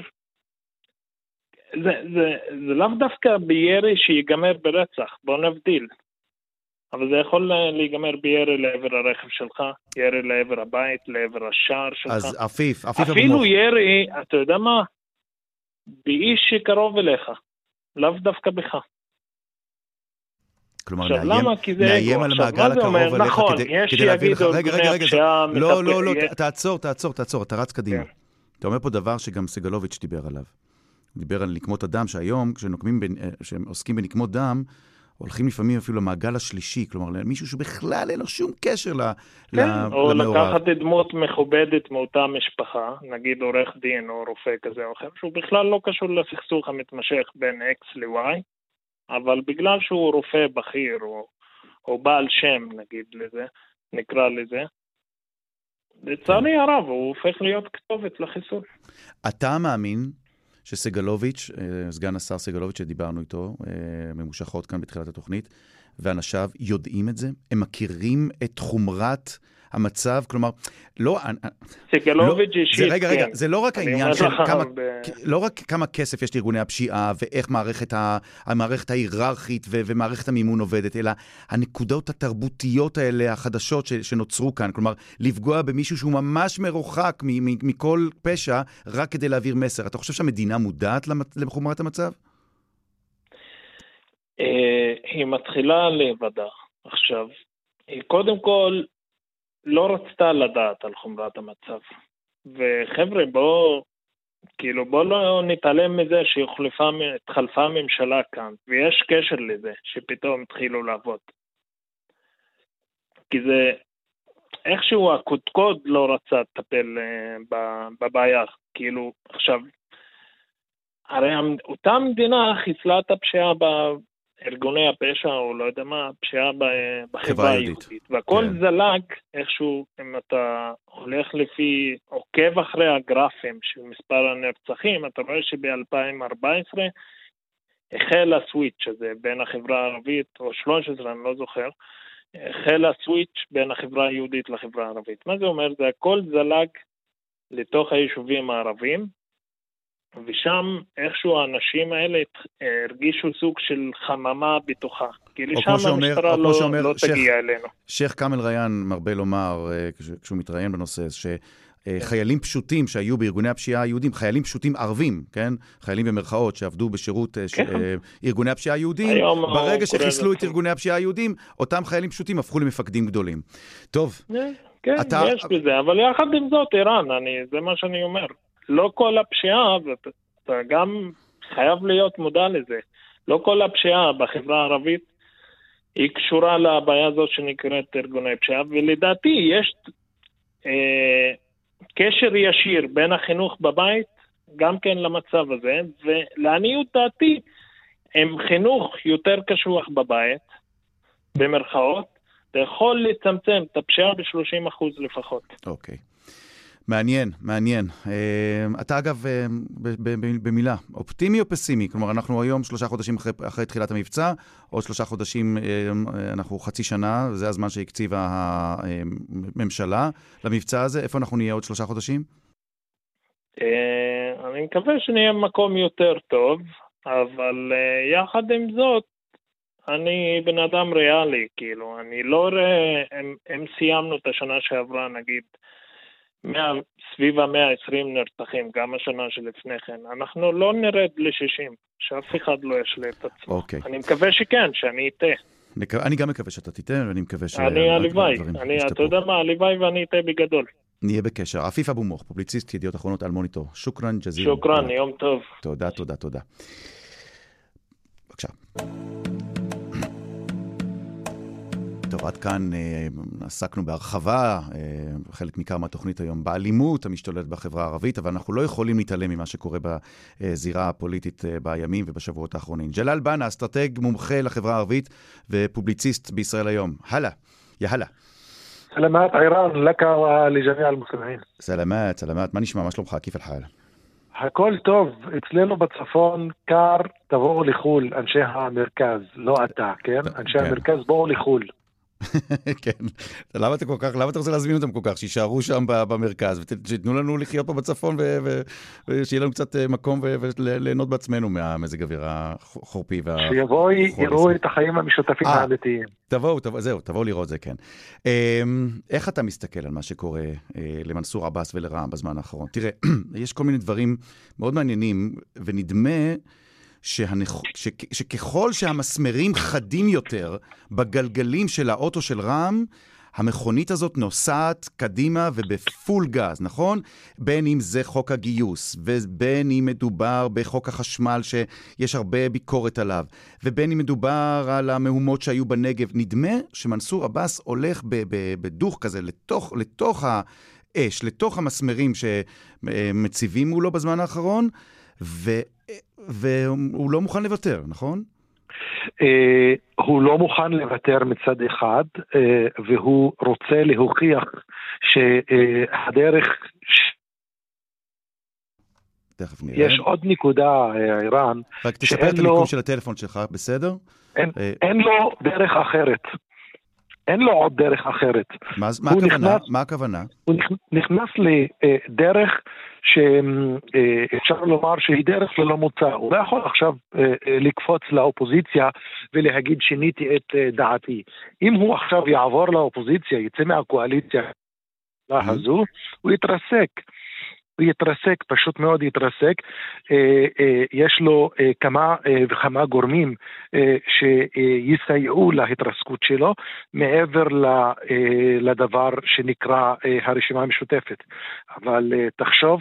זה לאו דווקא בירי שיגמר ברצח, בוא נבדיל. אבל זה יכול להיגמר בירי לעבר הרכב שלך, ירי לעבר הבית, לעבר השער שלך. אז עפיף אפילו ירי, אתה יודע מה? באיש שקרוב אליך, לאו דווקא בך. כלומר, נאיים על המעגל הקרוב אליך נכון, כדי להביא לך... רגע, לא, תעצור, אתה רץ קדימה. אתה אומר פה דבר שגם סגלוביץ' דיבר עליו. הוא דיבר על נקמות הדם, שהיום, כשהם עוסקים בנקמות דם, הולכים לפעמים אפילו למעגל השלישי, כלומר, מישהו שבכלל אין לו שום קשר למעורב. או לקחת דמות מכובדת מאותה משפחה, נגיד עורך דין או רופא כזה או אחר, שהוא בכלל לא קשור לסכסוך המתמשך בין X ל-Y, אבל בגלל שהוא רופא בכיר, או בעל שם, נגיד לזה, נקרא לזה, לצערי הרב, הוא הופך להיות כתובת לחיסול. אתה מאמין שסגלוביץ', סגן השר סגלוביץ' שדיברנו איתו, ממושכות כאן בתחילת התוכנית, ואנשיו יודעים את זה? הם מכירים את חומרת המצב? כלומר, לא... סגלוביץ' אישית, רגע, זה לא רק העניין של לא רק כמה כסף יש לארגוני הפשיעה, ואיך המערכת ההיררכית ומערכת המימון עובדת, אלא הנקודות התרבותיות האלה, החדשות שנוצרו כאן. כלומר, לפגוע במישהו שהוא ממש מרוחק מכל פשע, רק כדי להעביר מסר. אתה חושב שהמדינה מודעת לחומרת המצב? היא מתחילה להיוודע. עכשיו, היא קודם כל לא רצתה לדעת על חומרת המצב. וחבר'ה, בוא לא נתעלם מזה שהתחלפה ממשלה כאן, ויש קשר לזה שפתאום התחילו לעבוד. כי זה איכשהו הקודקוד לא רצה לטפל בבעיה. כאילו, עכשיו, הרי אותה מדינה חיסלה את הפשיעה ארגוני הפשע, או לא יודע מה, פשיעה בחברה היהודית. והכל זלג, איכשהו, אם אתה הולך לפי, עוקב אחרי הגרפים של מספר הנרצחים, אתה רואה שב-2014 החל הסוויץ' הזה בין החברה הערבית, או 13, אני לא זוכר, החל הסוויץ' בין החברה היהודית לחברה הערבית. מה זה אומר? זה הכל זלג לתוך היישובים הערבים, ושם איכשהו האנשים האלה הרגישו סוג של חממה בתוכה. כי לשם המשטרה לא תגיע אלינו. שייח כאמל ריאן מרבה לומר, כשהוא מתראיין בנושא, שחיילים פשוטים שהיו בארגוני הפשיעה היהודים, חיילים פשוטים ערבים, כן? חיילים במרכאות שעבדו בשירות ארגוני הפשיעה היהודים, ברגע שחיסלו את ארגוני הפשיעה היהודים, אותם חיילים פשוטים הפכו למפקדים גדולים. טוב. כן, יש בזה, אבל יחד עם זאת, איראן, זה מה שאני אומר. לא כל הפשיעה, ואתה גם חייב להיות מודע לזה, לא כל הפשיעה בחברה הערבית היא קשורה לבעיה הזאת שנקראת ארגוני פשיעה, ולדעתי יש קשר ישיר בין החינוך בבית, גם כן למצב הזה, ולעניות דעתי, הם חינוך יותר קשוח בבית, במרכאות, אתה יכול לצמצם את הפשיעה ב-30% לפחות. אוקיי. מעניין, מעניין. אתה אגב, במילה, אופטימי או פסימי? כלומר, אנחנו היום 3 חודשים אחרי תחילת המבצע, עוד 3 חודשים, אנחנו חצי שנה, זה הזמן שהקציבה הממשלה למבצע הזה. איפה אנחנו נהיה עוד 3 חודשים? אני מקווה שנהיה מקום יותר טוב, אבל יחד עם זאת, אני בן אדם ריאלי, כאילו, אני לא רואה, הם סיימנו את השנה שעברה, נגיד, סביב ה-120 נרצחים, גם השנה שלפני כן. אנחנו לא נרד ל-60, שאף אחד לא ישלה את עצמו. Okay. אני מקווה שכן, שאני איתה. אני גם מקווה שאתה תיתה, ואני מקווה אני הלוואי, אתה יודע מה, הלוואי ואני איתה בגדול. נהיה בקשר. עפיף אבו מוך, פובליציסט ידיעות אחרונות על מוניטור. שוקרן ג'זיל. שוקרן, יום טוב. תודה, תודה, תודה. בבקשה. טוב, עד כאן עסקנו בהרחבה, חלק ניכר מהתוכנית היום, באלימות המשתוללת בחברה הערבית, אבל אנחנו לא יכולים להתעלם ממה שקורה בזירה הפוליטית בימים ובשבועות האחרונים. ג'לאל בנה, אסטרטג מומחה לחברה הערבית ופובליציסט בישראל היום. הלאה, יהלה. סלמת עירן, לקה ולג'מיע המוסלמים. סלמת, מה נשמע? מה שלומך? כיף החל? הכל טוב, אצלנו בצפון קר, תבואו לחול, אנשי המרכז, לא אתה, כן? אנשי המרכז בואו לחול. כן. למה אתה רוצה להזמין אותם כל כך? שישארו שם במרכז, ותתנו לנו לחיות פה בצפון, ושיהיה לנו קצת מקום וליהנות בעצמנו מהמזג אוויר החורפי. שיבואו, יראו את החיים המשותפים האמיתיים. תבואו לראות זה, כן. איך אתה מסתכל על מה שקורה למנסור עבאס ולרע"מ בזמן האחרון? תראה, יש כל מיני דברים מאוד מעניינים, ונדמה שככל שהמסמרים חדים יותר בגלגלים של האוטו של רע"מ, המכונית הזאת נוסעת קדימה ובפול גז, נכון? בין אם זה חוק הגיוס, ובין אם מדובר בחוק החשמל שיש הרבה ביקורת עליו, ובין אם מדובר על המהומות שהיו בנגב. נדמה שמנסור עבאס הולך בדוך כזה לתוך האש, לתוך המסמרים שמציבים מולו בזמן האחרון, והוא לא מוכן לוותר, נכון? הוא לא מוכן לוותר מצד אחד, והוא רוצה להוכיח שהדרך... תכף נראה. יש עוד נקודה, ערן. רק תספר את המיקום של הטלפון שלך, בסדר? אין לו דרך אחרת. אין לו עוד דרך אחרת. מה הכוונה? הוא נכנס לדרך שאפשר לומר שהיא דרך ללא מוצא. הוא לא יכול עכשיו לקפוץ לאופוזיציה ולהגיד שיניתי את דעתי. אם הוא עכשיו יעבור לאופוזיציה, יצא מהקואליציה הזו, הוא יתרסק, פשוט מאוד יתרסק. יש לו כמה וכמה גורמים שיסייעו להתרסקות שלו, מעבר לדבר שנקרא הרשימה המשותפת. אבל תחשוב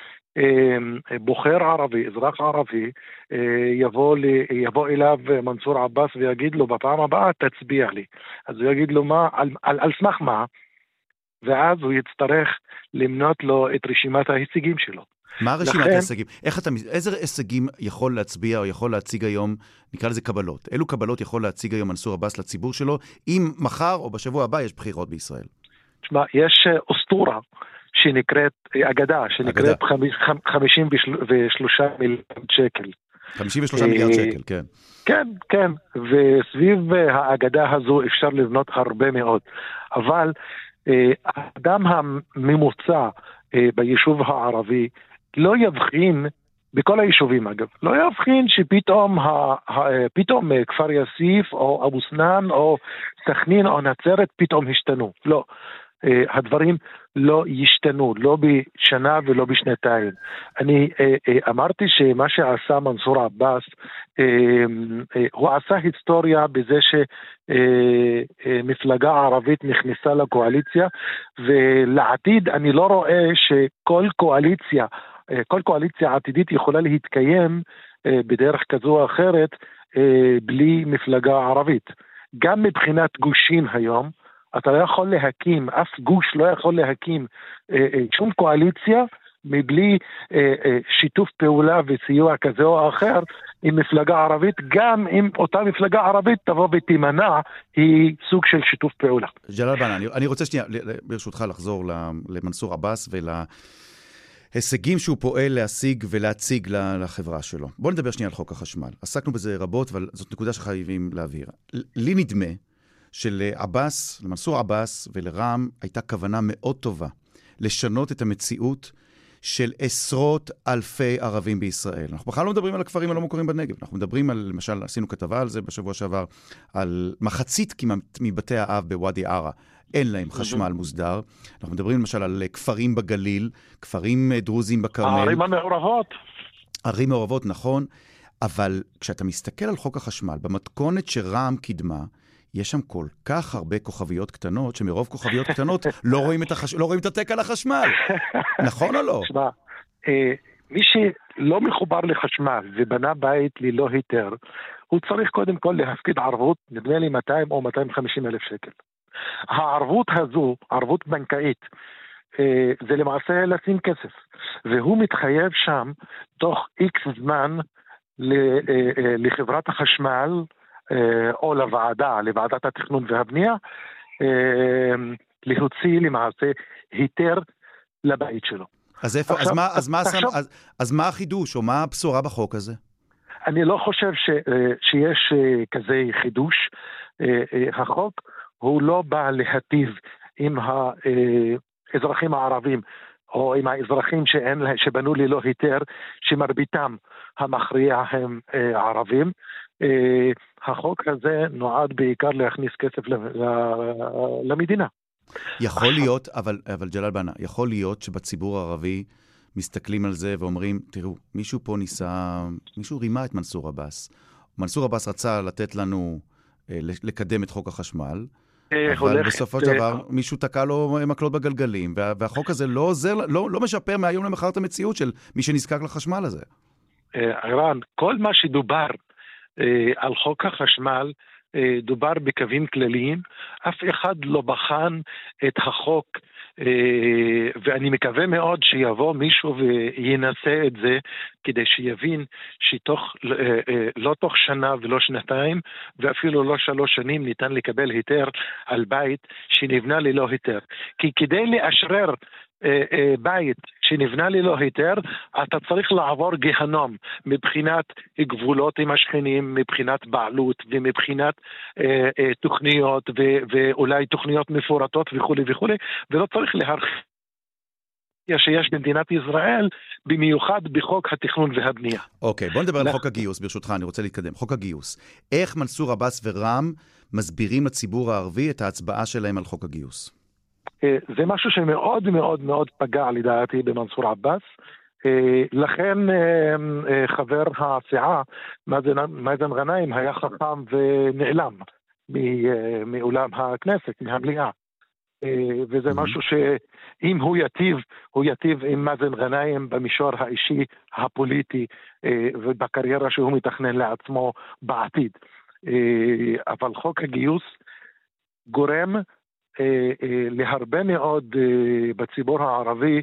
בוחר ערבי, אזרח ערבי, יבוא אליו מנסור עבאס ויגיד לו, בפעם הבאה תצביע לי. אז הוא יגיד לו, על סמך מה? ואז הוא יצטרך למנות לו את רשימת ההישגים שלו. מה רשימת ההישגים? איזה הישגים יכול להצביע או יכול להציג היום, נקרא לזה קבלות? אילו קבלות יכול להציג היום מנסור עבאס לציבור שלו, אם מחר או בשבוע הבא יש בחירות בישראל? תשמע, יש אסטורה שנקראת, אגדה, שנקראת 53 מיליארד שקל. 53 מיליארד שקל, כן. כן, וסביב האגדה הזו אפשר לבנות הרבה מאוד. אבל האדם הממוצע ביישוב הערבי לא יבחין, בכל היישובים אגב, לא יבחין שפתאום כפר יאסיף או אבו סנאן או סכנין או נצרת פתאום השתנו. לא. הדברים לא ישתנו, לא בשנה ולא בשנתיים. אני אמרתי שמה שעשה מנסור עבאס, הוא עשה היסטוריה בזה שמפלגה ערבית נכנסה לקואליציה, ולעתיד אני לא רואה שכל קואליציה עתידית יכולה להתקיים בדרך כזו או אחרת בלי מפלגה ערבית. גם מבחינת גושים היום, אתה לא יכול להקים, אף גוש לא יכול להקים שום קואליציה מבלי שיתוף פעולה וסיוע כזה או אחר עם מפלגה ערבית, גם אם אותה מפלגה ערבית תבוא ותימנע, היא סוג של שיתוף פעולה. ג'לאל בנה, אני רוצה שנייה, ברשותך לחזור למנסור עבאס ולהישגים שהוא פועל להשיג ולהציג לחברה שלו. בוא נדבר שנייה על חוק החשמל. עסקנו בזה רבות, אבל זאת נקודה שחייבים להבהיר. לי נדמה שלעבאס, למנסור עבאס ולרם הייתה כוונה מאוד טובה לשנות את המציאות של עשרות אלפי ערבים בישראל. אנחנו בכלל לא מדברים על הכפרים הלא מוכרים בנגב. אנחנו מדברים על, למשל, עשינו כתבה על זה בשבוע שעבר, על מחצית כמעט מבתי האב בוואדי ערה. אין להם חשמל מוסדר. אנחנו מדברים למשל על כפרים בגליל, כפרים דרוזים בכרמל. הערים המעורבות. ערים מעורבות, נכון. אבל כשאתה מסתכל על חוק החשמל, במתכונת שרע"מ קידמה, יש שם כל כך הרבה כוכביות קטנות, שמרוב כוכביות קטנות לא רואים את הטק על החשמל. נכון או לא? תשמע, מי שלא מחובר לחשמל ובנה בית ללא היתר, הוא צריך קודם כל להפקיד ערבות, נדמה לי 200 או 250 אלף שקל. הערבות הזו, ערבות בנקאית, זה למעשה לשים כסף. והוא מתחייב שם, תוך איקס זמן, לחברת החשמל, או לוועדת התכנון והבנייה, להוציא למעשה היתר לבית שלו. אז מה החידוש, או מה הבשורה בחוק הזה? אני לא חושב שיש כזה חידוש. החוק הוא לא בא להטיב עם האזרחים הערבים, או עם האזרחים שבנו ללא היתר, שמרביתם המכריע הם ערבים. החוק הזה נועד בעיקר להכניס כסף למדינה. יכול להיות, אבל ג'לאל בנה, יכול להיות שבציבור הערבי מסתכלים על זה ואומרים, תראו, מישהו פה מישהו רימה את מנסור עבאס. מנסור עבאס רצה לתת לנו לקדם את חוק החשמל, אבל בסופו של דבר מישהו תקע לו מקלות בגלגלים, והחוק הזה לא עוזר, לא משפר מהיום למחר את המציאות של מי שנזקק לחשמל הזה. ערן, כל מה שדובר על חוק החשמל דובר בקווים כלליים, אף אחד לא בחן את החוק, ואני מקווה מאוד שיבוא מישהו וינסה את זה, כדי שיבין לא תוך שנה ולא שנתיים, ואפילו לא 3 שנים ניתן לקבל היתר על בית שנבנה ללא היתר. כי כדי לאשרר בית שנבנה ללא היתר, אתה צריך לעבור גיהנום מבחינת גבולות עם השכנים, מבחינת בעלות ומבחינת תוכניות ואולי תוכניות מפורטות וכו' וכו', ולא צריך להרחיב שיש במדינת ישראל, במיוחד בחוק התכנון והבנייה. אוקיי, בוא נדבר על חוק הגיוס, ברשותך, אני רוצה להתקדם. חוק הגיוס. איך מנסור עבאס ורע"מ מסבירים לציבור הערבי את ההצבעה שלהם על חוק הגיוס? זה משהו שמאוד מאוד מאוד פגע לדעתי במנסור עבאס. לכן חבר הסיעה, מאזן גנאים, היה חכם ונעלם מאולם הכנסת, מהמליאה. וזה משהו שאם הוא יטיב עם מאזן גנאים במישור האישי, הפוליטי, ובקריירה שהוא מתכנן לעצמו בעתיד. אבל חוק הגיוס גורם להרבה מאוד בציבור הערבי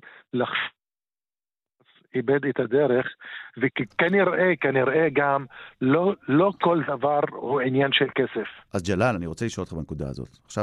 איבד את הדרך, וכנראה גם לא כל דבר הוא עניין של כסף. אז ג'לאל, אני רוצה לשאול אותך בנקודה הזאת. עכשיו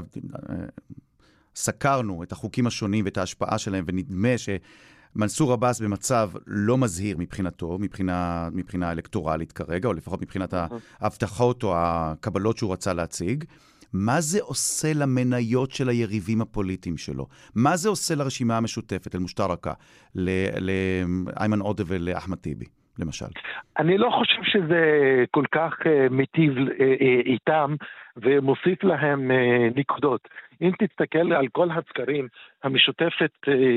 סקרנו את החוקים השונים ואת ההשפעה שלהם, ונדמה שמנסור עבאס במצב לא מזהיר מבחינתו, מבחינה אלקטורלית כרגע, או לפחות מבחינת ההבטחות או הקבלות שהוא רצה להציג. מה זה עושה למניות של היריבים הפוליטיים שלו? מה זה עושה לרשימה המשותפת, אל-מושתרקה, לאיימן עודה ולאחמד טיבי, למשל? אני לא חושב שזה כל כך מיטיב איתם ומוסיף להם נקודות. אם תסתכל על כל הסקרים, המשותפת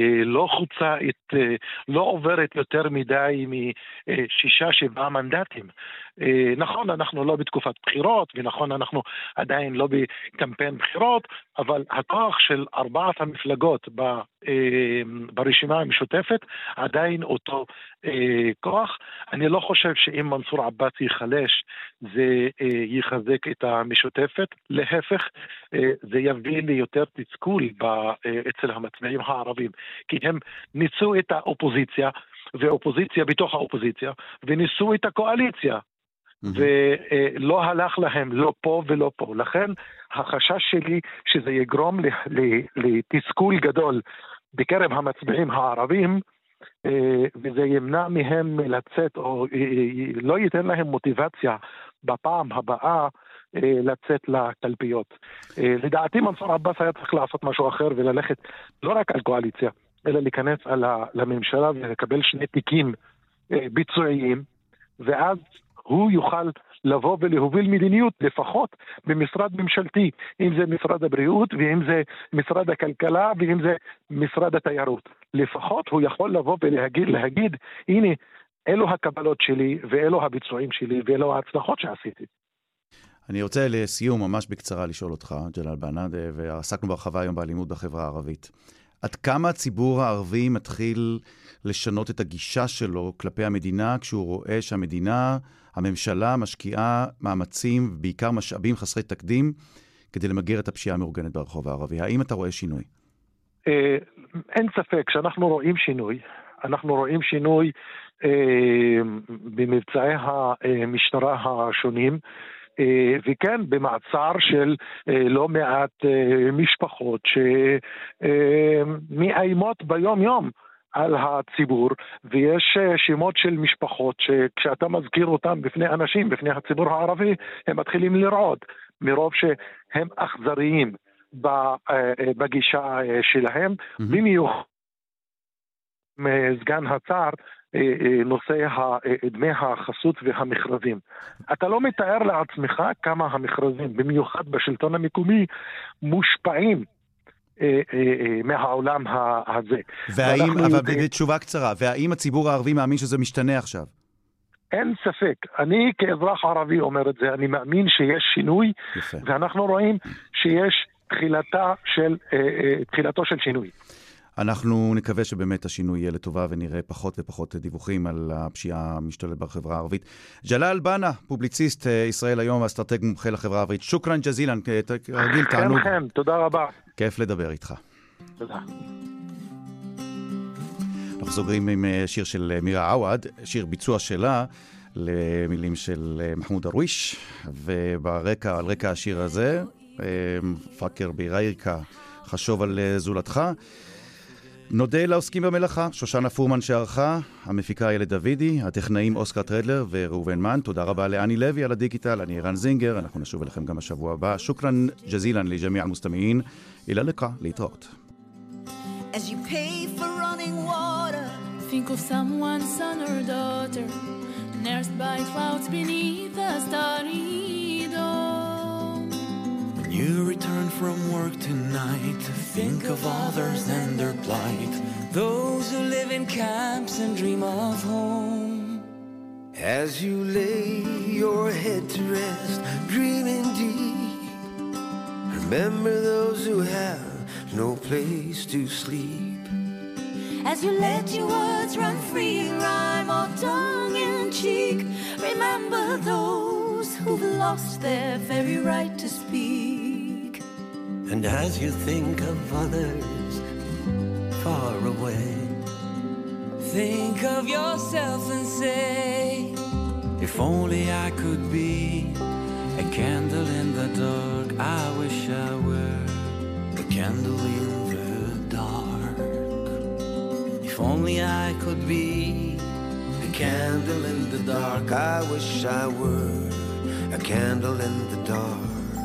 לא עוברת יותר מדי מ6-7 מנדטים. נכון, אנחנו לא בתקופת בחירות, ונכון, אנחנו עדיין לא בקמפיין בחירות, אבל הכוח של 4 המפלגות ברשימה המשותפת עדיין אותו כוח. אני לא חושב שאם מנסור עבאס ייחלש, זה יחזק את המשותפת. להפך, זה יביא ליותר תסכול אצל המצביעים הערבים, כי הם ניסו את האופוזיציה, ואופוזיציה בתוך האופוזיציה, וניסו את הקואליציה, ולא הלך להם לא פה ולא פה. לכן החשש שלי שזה יגרום לתסכול גדול בקרב המצביעים הערבים, וזה ימנע מהם לצאת, או לא ייתן להם מוטיבציה בפעם הבאה לצאת לקלפיות. לדעתי מנסור עבאס היה צריך לעשות משהו אחר וללכת לא רק על קואליציה, אלא להיכנס לממשלה ולקבל 2 תיקים ביצועיים, ואז הוא יוכל לבוא ולהוביל מדיניות לפחות במשרד ממשלתי, אם זה משרד הבריאות ואם זה משרד הכלכלה ואם זה משרד התיירות. לפחות הוא יכול לבוא ולהגיד, הנה, אלו הקבלות שלי ואלו הביצועים שלי ואלו ההצלחות שעשיתי. אני רוצה לסיום ממש בקצרה לשאול אותך, ג'לאל בנאד, ועסקנו בהרחבה היום באלימות בחברה הערבית. עד כמה הציבור הערבי מתחיל לשנות את הגישה שלו כלפי המדינה, כשהוא רואה שהמדינה, הממשלה, משקיעה מאמצים, בעיקר משאבים חסרי תקדים, כדי למגר את הפשיעה המאורגנת ברחוב הערבי? האם אתה רואה שינוי? אין ספק שאנחנו רואים שינוי. אנחנו רואים שינוי במבצעי המשטרה השונים, וכן במעצר של לא מעט משפחות שמאיימות ביום יום על הציבור, ויש שמות של משפחות שכשאתה מזכיר אותם בפני אנשים, בפני הציבור הערבי, הם מתחילים לרעוד מרוב שהם אכזריים בגישה שלהם. במיוחד סגן השר נושא דמי החסות והמכרזים. אתה לא מתאר לעצמך כמה המכרזים, במיוחד בשלטון המקומי, מושפעים מהעולם הזה. אבל בתשובה קצרה, והאם הציבור הערבי מאמין שזה משתנה עכשיו? אין ספק. אני כאזרח ערבי אומר את זה, אני מאמין שיש שינוי, יפה. ואנחנו רואים שיש תחילתו של שינוי. אנחנו נקווה שבאמת השינוי יהיה לטובה ונראה פחות ופחות דיווחים על הפשיעה המשתוללת בחברה הערבית. ג'לאל בנה, פובליציסט ישראל היום ואסטרטג מומחה לחברה הערבית. שוקרן ג'זילן, כרגיל תענוג. כן, תודה רבה. כיף לדבר איתך. תודה. אנחנו סוגרים עם שיר של מירה עווד, שיר ביצוע שלה למילים של מחמוד דרוויש, וברקע, על רקע השיר הזה, פקר ביראירקה, חשוב על זולתך. נודה לעוסקים במלאכה, שושנה פורמן שערכה, המפיקה ילד דוידי, הטכנאים אוסקר טרדלר וראובן מן, תודה רבה לאני לוי על הדיגיטל, אני ערן זינגר, אנחנו נשוב אליכם גם השבוע הבא. שוקרן ג'זילן לג'מיע המוסתמיעין, אילה לקה, להתראות. As you pay for running water, think of someone, son or daughter, nursed by clouds beneath the starry dome. When you return from work tonight, think of others and their plight, those who live in camps and dream of home. As you lay your head to rest, dreaming deep, remember those who have no place to sleep. As you let your words run free, rhyme or tongue in cheek, remember those who've lost their very right to speak. And as you think of others far away, think of yourself and say, if only I could be a candle in the dark, I wish I were a candle in the dark. If only I could be a candle in the dark, I wish I were a candle in the dark.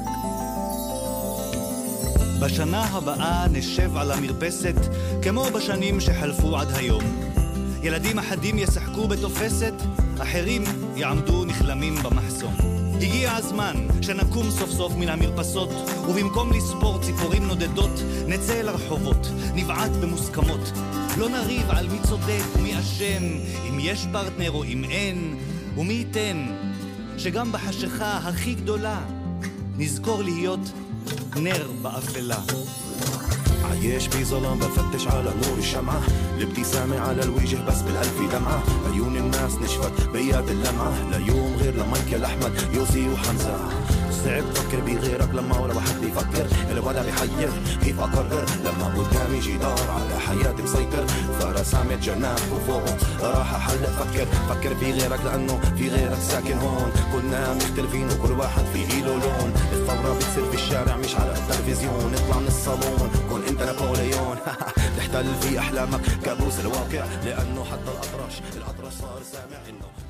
בשנה הבאה נשב על המרפסת כמו בשנים שחלפו עד היום. ילדים אחדים ישחקו בתופסת, אחרים יעמדו נחלמים במחסום. הגיע הזמן שנקום סוף סוף מן המרפסות, ובמקום לספור ציפורים נודדות נצא אל הרחובות, נבעט במוסכמות, לא נריב על מי צודק ומי אשם, אם יש פרטנר או אם אין, ומי ייתן שגם בחשיכה הכי גדולה נזכור להיות נר באפלה. عايش في ظلام بفتش على نور الشمعة، الابتسامة على الوجه بس بالقلب في دمعة، عيون الناس نشفت بيات اللمعة، لا يوم غير لمايكل أحمد يوسي وحمزة. صعب فكر بغيرك لما ولا واحد بيفكر، الولا بيحير كيف أقرر لما قدامي جدار على حياتي مسيطر، فرسامة جناح وفوق راح أحل فكر في غيرك لأنه في غيرك ساكن هون، كلنا مختلفين وكل واحد فيه له لون، الثورة بتصير في الشارع مش على التلفزيون، اطلع من الصالون كون انت نابليون تحتل في أحلامك كابوس الواقع، لأنه حتى الأطرش صار سامع إنه